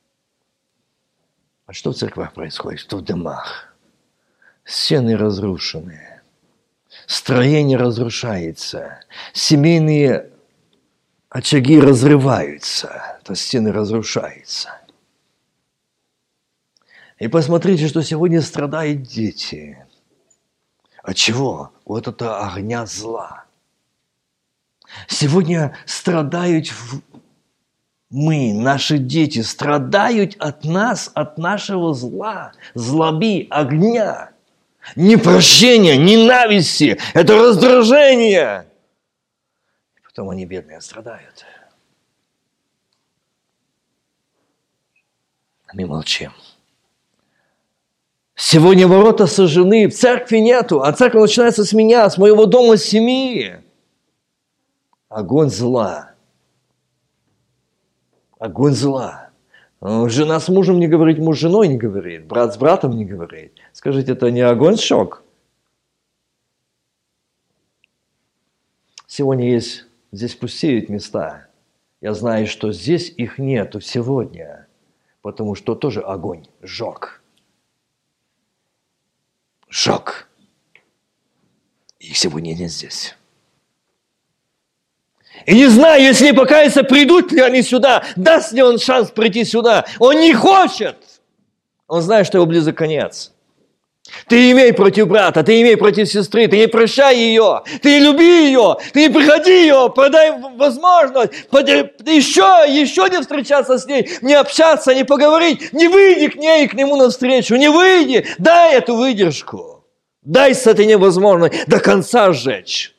А что в церквах происходит? Что в домах? Стены разрушены. Строение разрушается. Семейные очаги разрываются. То есть стены разрушаются. И посмотрите, что сегодня страдают дети. От чего? Вот это огня зла. Сегодня страдают мы, наши дети, страдают от нас, от нашего зла, злоби, огня, непрощения, ненависти, это раздражение. И потом они, бедные, страдают. А мы молчим. Сегодня ворота сожжены, в церкви нету, а церковь начинается с меня, с моего дома, с семьи. Огонь зла. Огонь зла. Жена с мужем не говорит, муж с женой не говорит, брат с братом не говорит. Скажите, это не огонь, шок? Сегодня есть, здесь пустеют места. Я знаю, что здесь их нету сегодня, потому что тоже огонь, жёг. Жёг. Их сегодня нет здесь. И не знаю, если не покаяться, придут ли они сюда, даст ли он шанс прийти сюда. Он не хочет. Он знает, что его близок конец. Ты имей против брата, ты имей против сестры, ты не прощай ее, ты не люби ее, ты не приходи ее, подай возможность, еще не встречаться с ней, не общаться, не поговорить, не выйди к ней, к нему навстречу, не выйди, дай эту выдержку, дай с этой невозможной до конца сжечь.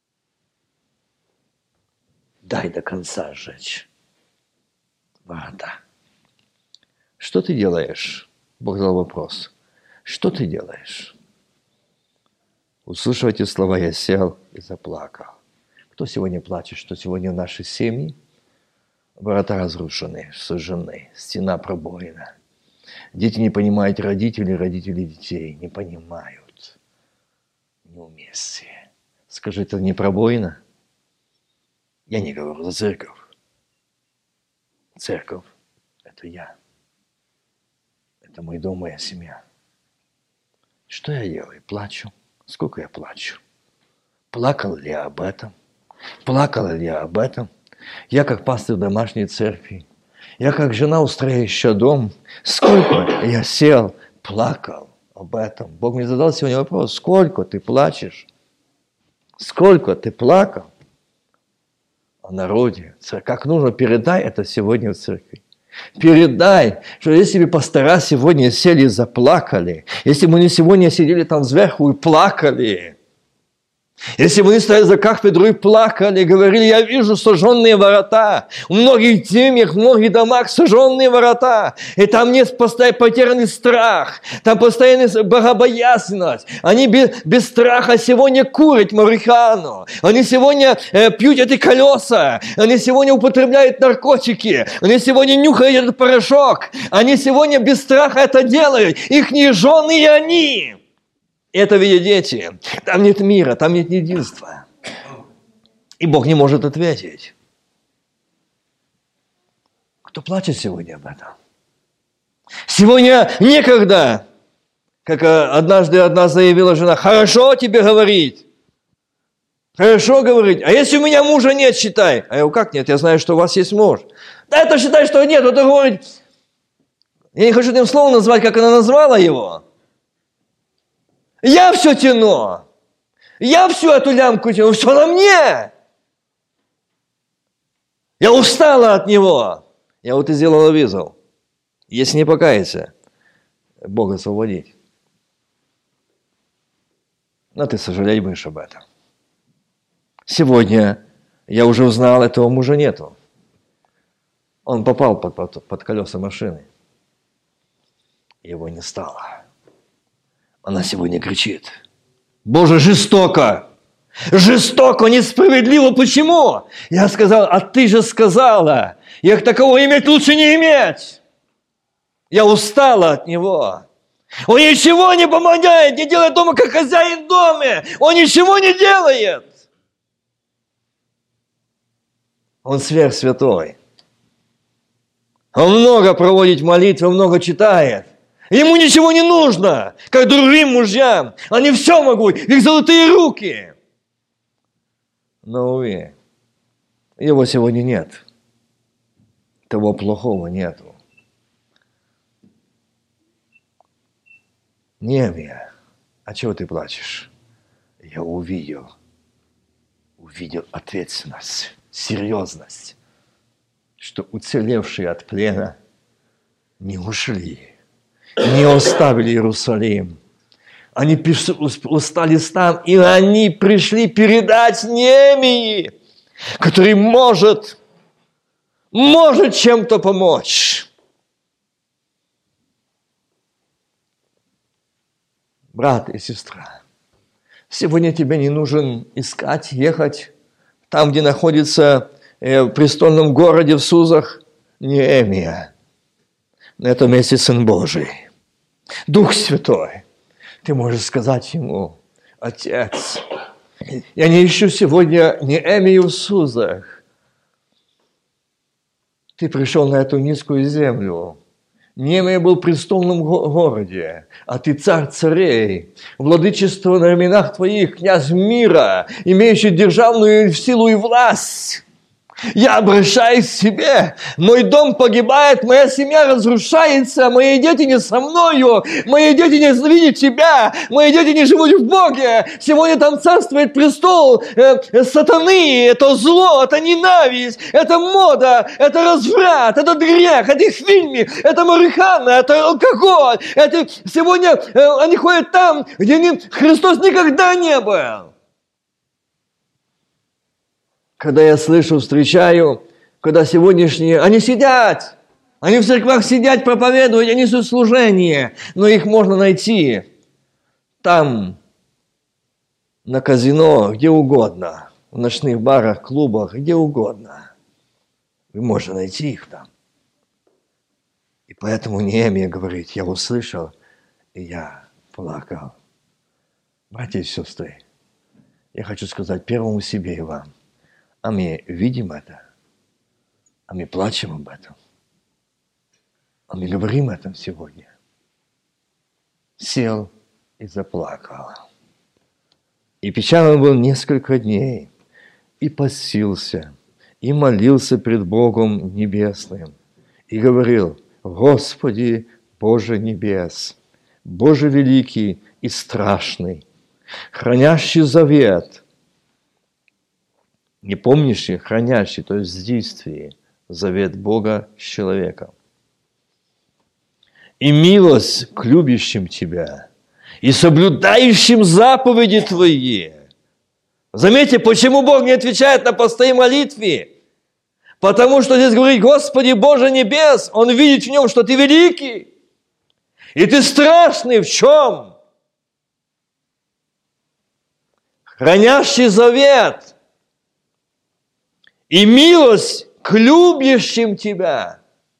Дай до конца сжечь ворота. Что ты делаешь? Бог задал вопрос. Что ты делаешь? Услышав эти слова, я сел и заплакал. Кто сегодня плачет, что сегодня в нашей семье ворота разрушены, сожжены, стена пробоина. Дети не понимают родителей, родители детей не понимают. Неуместие. Скажи, это не пробоина? Я не говорю за церковь. Церковь – это я. Это мой дом, моя семья. Что я делаю? Плачу. Сколько я плачу? Плакал ли я об этом? Плакала ли я об этом? Я как пастырь домашней церкви. Я как жена, устрояющая дом. Сколько я сел, плакал об этом. Бог мне задал сегодня вопрос. Сколько ты плачешь? Сколько ты плакал? О народе. Как нужно, передай это сегодня в церкви. Передай, что если бы пастора сегодня сели и заплакали, если бы они сегодня сидели там сверху и плакали, если бы они стояли за кафедрой и плакали, говорили, я вижу сожженные ворота, у многих семьях, в многих домах сожженные ворота, и там нет постоянно потерянный страх, там постоянная богобоязненность, они без страха сегодня курят марихуану, они сегодня пьют эти колеса, они сегодня употребляют наркотики, они сегодня нюхают этот порошок, они сегодня без страха это делают, их жены и они. Это видят дети. Там нет мира, там нет единства. И Бог не может ответить. Кто плачет сегодня об этом? Сегодня некогда, как однажды одна заявила жена, хорошо тебе говорить. Хорошо говорить. А если у меня мужа нет, считай. А я говорю, как нет? Я знаю, что у вас есть муж. Да это считай, что нет. Это говорит, я не хочу этим словом назвать, как она назвала его. Я все тяну. Я всю эту лямку тяну. Все на мне. Я устала от него. Я вот и сделала вызов. Если не покаяться, Бог освободить. Но ты сожалеть будешь об этом. Сегодня я уже узнал, этого мужа нету. Он попал под колеса машины. Его не стало. Она сегодня кричит: Боже, жестоко! Жестоко, несправедливо. Почему? Я сказал: а ты же сказала, их такого иметь лучше не иметь. Я устала от него. Он ничего не помогает, не делает дома, как хозяин в доме. Он ничего не делает. Он сверхсвятой. Он много проводит молитвы, много читает. Ему ничего не нужно, как другим мужьям. Они все могут, их золотые руки. Но, увы, его сегодня нет. Того плохого нету. Неемия, а чего ты плачешь? Я увидел ответственность, серьезность, что уцелевшие от плена не ушли, не оставили Иерусалим. Они остались там, и они пришли передать Неемии, который может чем-то помочь. Брат и сестра, сегодня тебе не нужно искать, ехать там, где находится в престольном городе в Сузах Неемия. На этом месте Сын Божий, Дух Святой. Ты можешь сказать ему: Отец, я не ищу сегодня Неемию в Сузах. Ты пришел на эту низкую землю. Неемия был в престольном городе, а ты царь царей, владычество на раменах твоих, князь мира, имеющий державную силу и власть. Я обращаюсь к себе, мой дом погибает, моя семья разрушается, мои дети не со мною, мои дети не видят тебя, мои дети не живут в Боге. Сегодня там царствует престол сатаны, это зло, это ненависть, это мода, это разврат, это грех, это фильмы, это марихуана, это алкоголь. Сегодня они ходят там, где Христос никогда не был. Когда я слышу, встречаю, когда сегодняшние, они сидят, они в церквах сидят, проповедуют, они несут служение, но их можно найти там, на казино, где угодно, в ночных барах, клубах, где угодно. Вы можете найти их там. И поэтому Неемия говорит: я услышал, и я плакал. Братья и сестры, я хочу сказать первому себе и вам: а мы видим это, а мы плачем об этом, а мы говорим о этом сегодня. Сел и заплакал. И печален был несколько дней, и постился, и молился пред Богом Небесным, и говорил: Господи, Боже небес, Боже великий и страшный, хранящий завет, не помнящий, хранящий, то есть в действии, завет Бога с человеком. И милость к любящим Тебя, и соблюдающим заповеди Твои. Заметьте, почему Бог не отвечает на посты молитвы? Потому что здесь говорит: Господи, Боже небес, Он видит в нем, что Ты великий, и Ты страшный в чем? Хранящий завет, и милость к любящим Тебя.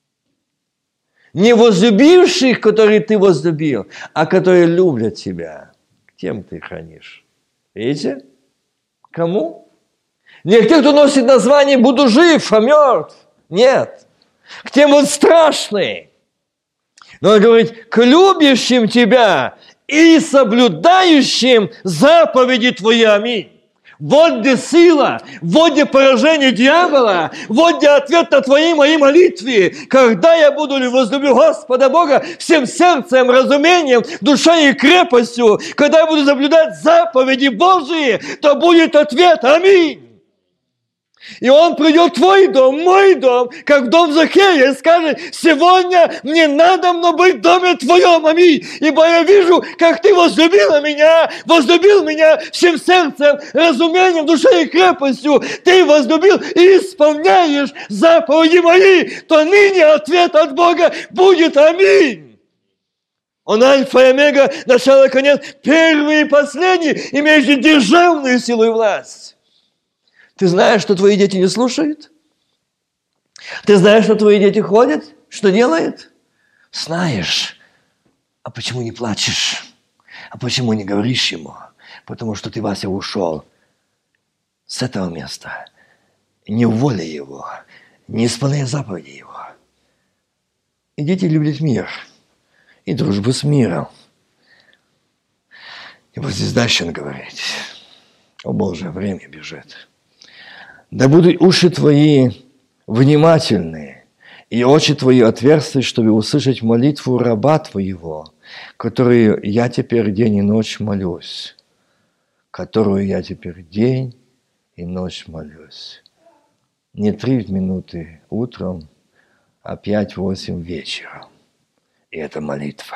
Не возлюбивших, которые Ты возлюбил, а которые любят Тебя. К тем Ты хранишь. Видите? Кому? Не к тем, кто носит название «буду жив, а мертв». Нет. К тем он страшный. Но он говорит: к любящим Тебя и соблюдающим заповеди Твои. Аминь. Вот где сила, вот где поражение дьявола, вот где ответ на твои мои молитвы. Когда я буду ли возлюблю Господа Бога всем сердцем, разумением, душой и крепостью, когда я буду соблюдать заповеди Божьи, то будет ответ. Аминь. И он придет в твой дом, мой дом, как в дом Захея, и скажет: сегодня мне надо быть в доме твоем, аминь. Ибо я вижу, как ты возлюбил меня всем сердцем, разумением, душой и крепостью. Ты возлюбил и исполняешь заповеди мои, то ныне ответ от Бога будет аминь. Он альфа и омега, начало и конец, первый и последний, имеющий державную силу и власть. Ты знаешь, что твои дети не слушают? Ты знаешь, что твои дети ходят? Что делают? Знаешь. А почему не плачешь? А почему не говоришь ему? Потому что ты, Вася, ушел с этого места. Не уволи его, не исполняй заповеди его. И дети любят мир и дружбу с миром. И вот здесь дальше он говорит: о Боже, время бежит. Да будут уши твои внимательны, и очи твои отверсты, чтобы услышать молитву раба твоего, которую я теперь день и ночь молюсь. Которую я теперь день и ночь молюсь. Не 3 минуты утром, а 5-8 вечером. И это молитва.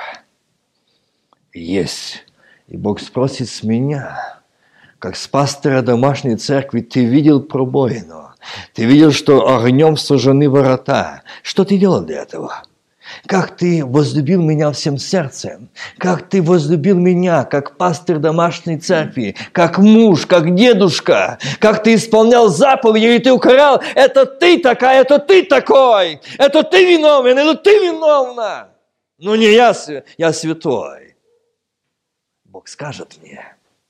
Есть. И Бог спросит с меня, как с пастыря домашней церкви: ты видел пробоину? Ты видел, что огнем сожжены ворота? Что ты делал для этого? Как ты возлюбил меня всем сердцем? Как ты возлюбил меня, как пастырь домашней церкви, как муж, как дедушка? Как ты исполнял заповеди, и ты укорял: это ты такая, это ты такой, это ты виновен, это ты виновна. Но не я, я святой. Бог скажет мне: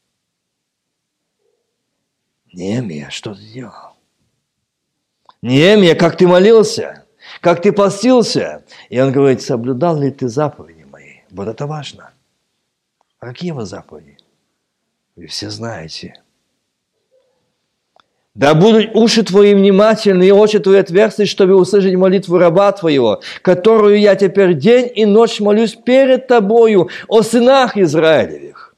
Неемия, что ты делал? Неемия, как ты молился? Как ты постился? И он говорит: соблюдал ли ты заповеди мои? Вот это важно. А какие его заповеди? Вы все знаете. Да будут уши твои внимательны и очи твои отверсты, чтобы услышать молитву раба твоего, которую я теперь день и ночь молюсь перед тобою о сынах Израилевых,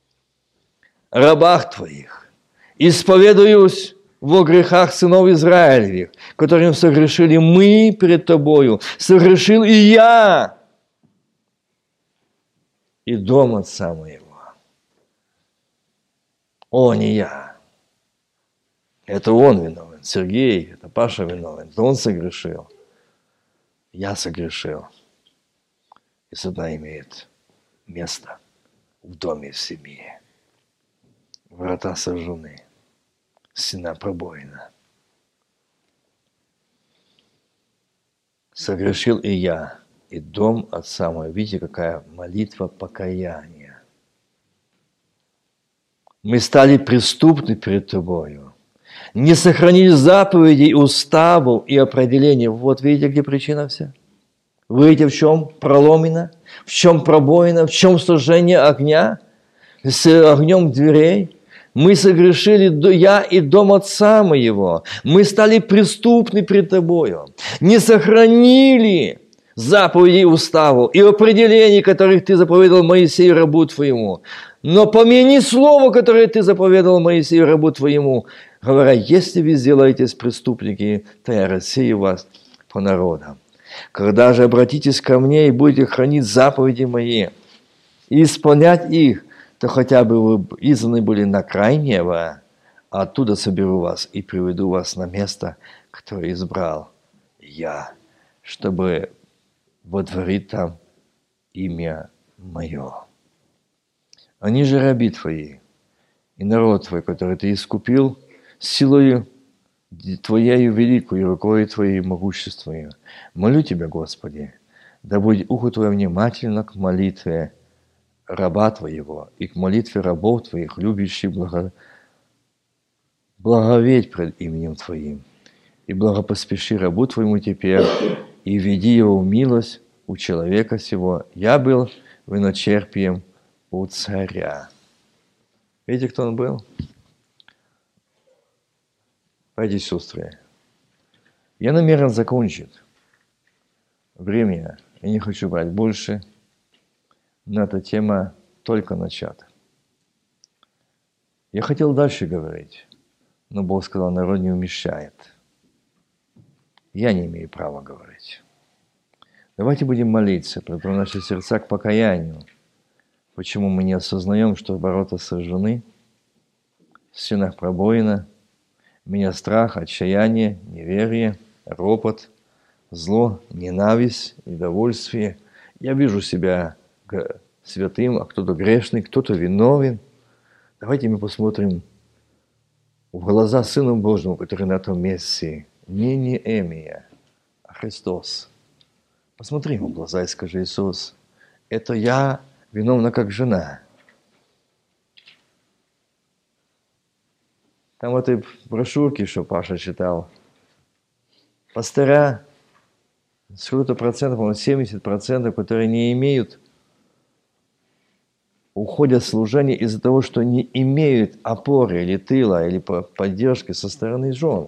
рабах твоих. Исповедуюсь во грехах сынов Израилевых, которым согрешили мы перед тобою, согрешил и я, и дом отца моего. О, не я. Это он виновен, Сергей, это Паша виновен, это он согрешил. Я согрешил. И сатана имеет место в доме, в семье. Врата сожжены, стена пробоина. Согрешил и я, и дом отца моего. Видите, какая молитва покаяния. Мы стали преступны перед тобою. Не сохранили заповедей, уставов и определений. Вот видите, где причина вся? Видите, в чем проломина, в чем пробоина, в чем сожжение огня, с огнем дверей. Мы согрешили, я и дом отца моего. Мы стали преступны пред тобою. Не сохранили заповедей, уставов и определений, которых ты заповедал Моисею, рабу твоему. Но помяни слово, которое ты заповедал Моисею, рабу твоему, говоря: если вы сделаетесь преступники, то я рассею вас по народам. Когда же обратитесь ко мне и будете хранить заповеди мои и исполнять их, то хотя бы вы изгнаны были на край неба, а оттуда соберу вас и приведу вас на место, которое избрал я, чтобы водворить там имя мое. Они же раби твои, и народ твой, который ты искупил силою твоею великою, рукой твоей могуществою. Молю тебя, Господи, да будет ухо твое внимательно к молитве раба твоего и к молитве рабов твоих, любящих благоветь пред именем твоим. И благопоспеши рабу твоему теперь, и веди его в милость у человека сего. Я был виночерпием у царя. Видите, кто он был? Пойди, сестры. Я намерен закончить. Время я не хочу брать больше. Но эта тема только начата. Я хотел дальше говорить, Но Бог сказал, народ не умещает. Я не имею права говорить. Давайте будем молиться, приготовить наши сердца к покаянию. Почему мы не осознаем, что ворота сожжены, в стенах пробоина, меня страх, отчаяние, неверие, ропот, зло, ненависть, недовольствие. Я вижу себя святым, а кто-то грешный, кто-то виновен. Давайте мы посмотрим в глаза Сыну Божьему, который на этом месте. Не Неемия, а Христос. Посмотри ему в глаза и скажи: Иисус, это я виновна как жена. Там в этой брошюрке, что Паша читал, пастыря, сколько-то процентов, по-моему, 70%, которые не имеют, уходят в служение из-за того, что не имеют опоры или тыла, или поддержки со стороны жен.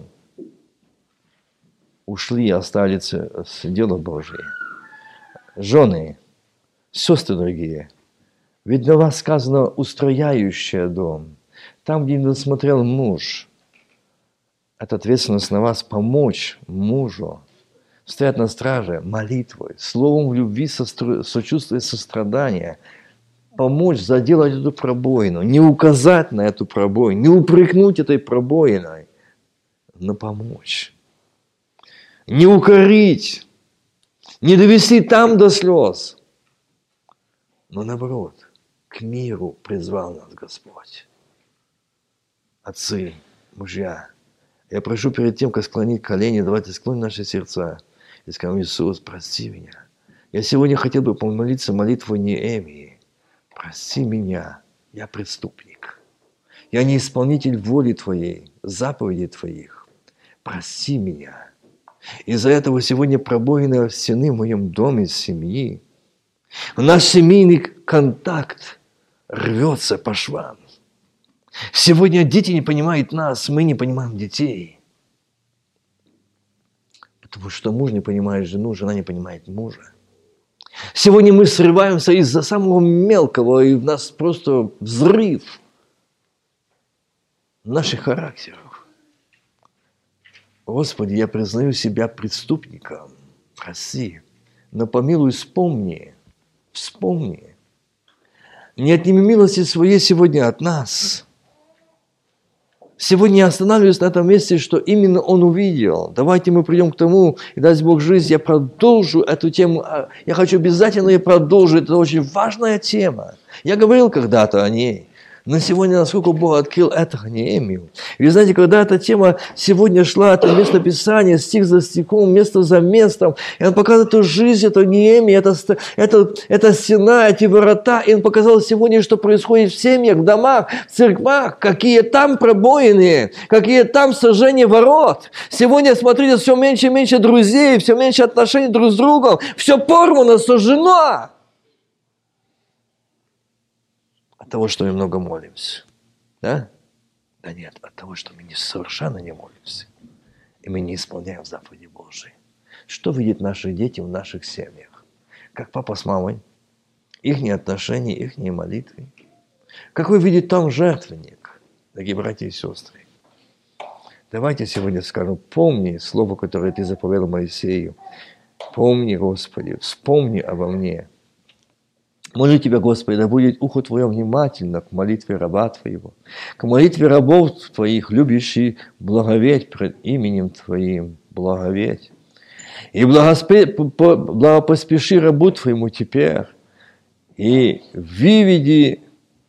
Ушли, остались с делом Божьим. Жены, сестры дорогие, ведь на вас сказано устрояющее дом. Там, где не досмотрел муж, это ответственность на вас помочь мужу, стоять на страже молитвой, словом любви, сочувствия, сострадания, помочь заделать эту пробоину, не указать на эту пробоину, не упрекнуть этой пробоиной, но помочь. Не укорить, не довести там до слез, но наоборот, к миру призвал нас Господь. Отцы, мужья, я прошу перед тем, как склонить колени, давайте склоним наши сердца и скажем: Иисус, прости меня. Я сегодня хотел бы помолиться молитвой Неемии. Прости меня, я преступник. Я не исполнитель воли Твоей, заповедей Твоих. Прости меня. Из-за этого сегодня пробоины стены в моем доме, семьи. Наш семейный контакт рвется по швам. Сегодня дети не понимают нас, мы не понимаем детей. Потому что муж не понимает жену, жена не понимает мужа. Сегодня мы срываемся из-за самого мелкого, и у нас просто взрыв наших характеров. Господи, я признаю себя преступником. Прости, но помилуй, вспомни. Не отними милости своей сегодня от нас. Сегодня я останавливаюсь на этом месте, что именно он увидел. Давайте мы придем к тому, и даст Бог жизнь, я продолжу эту тему. Я хочу обязательно ее продолжить. Это очень важная тема. Я говорил когда-то о ней. Но сегодня, насколько Бог открыл это Неемию. Вы знаете, когда эта тема сегодня шла, это местописание, стих за стихом, место за местом, и он показывает эту жизнь, эту Неемию, это стена, эти ворота, и он показал сегодня, что происходит в семьях, в домах, в церквах, какие там пробоины, какие там сожжения ворот. Сегодня, смотрите, все меньше и меньше друзей, все меньше отношений друг с другом, все порвано, сожжено. От того, что мы много молимся. Да? Да нет, от того, что мы совершенно не молимся. И мы не исполняем заповеди Божьи. Что видят наши дети в наших семьях? Как папа с мамой. Их отношения, их молитвы. Какой видит там жертвенник? Дорогие братья и сестры. Давайте сегодня скажем: помни слово, которое ты заповедал Моисею. Помни, Господи, вспомни обо мне. Молю Тебя, Господи, да будет ухо Твое внимательно к молитве раба Твоего, к молитве рабов Твоих, любящих благоветь пред именем Твоим, благоветь. И благопоспеши рабу Твоему теперь, и выведи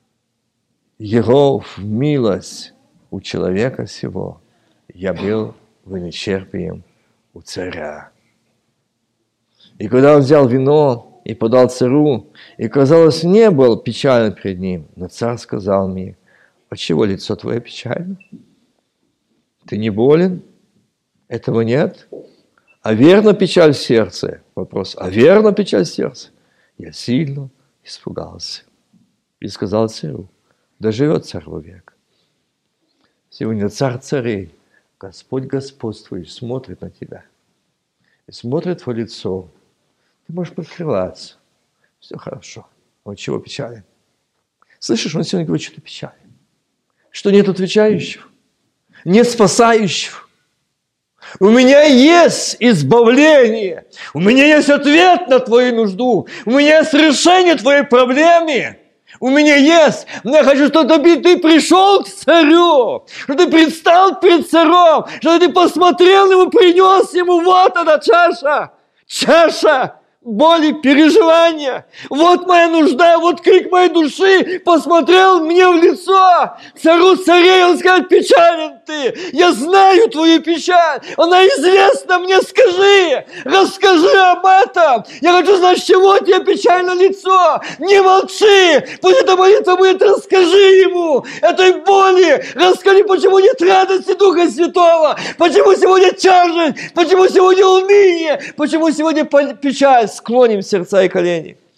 его в милость у человека сего. Я был виночерпием у царя. И когда он взял вино и подал царю, и, казалось, не был печален пред ним. Но царь сказал мне: отчего лицо твое печально? Ты не болен? Этого нет? А верно печаль в сердце? Вопрос: а верно печаль в сердце? Я сильно испугался и сказал царю: да живет царь вовек. Сегодня царь царей, Господь господствующий, смотрит на тебя и смотрит в лицо. Ты можешь подкрываться. Все хорошо. Он чего печален? Слышишь, он сегодня говорит, что ты печален. Что нет отвечающего. не спасающего. У меня есть избавление. У меня есть ответ на твою нужду. У меня есть решение твоей проблемы. У меня есть. Но я хочу, чтобы ты пришел к царю. Что ты предстал перед царем. Что ты посмотрел на него, принес ему вот эта чаша. Чаша боли, переживания. Вот моя нужда, вот крик моей души. Посмотрел мне в лицо. Царю царей, он скажет: печален ты. Я знаю твою печаль. Она известна мне. Скажи, расскажи об этом. Я хочу знать, с чего у тебя печально лицо. Не молчи. Пусть эта молитва будет: расскажи ему этой боли. Расскажи, почему нет радости Духа Святого. Почему сегодня тяжесть. Почему сегодня уныние. Почему сегодня печаль. Склоним сердца и колени.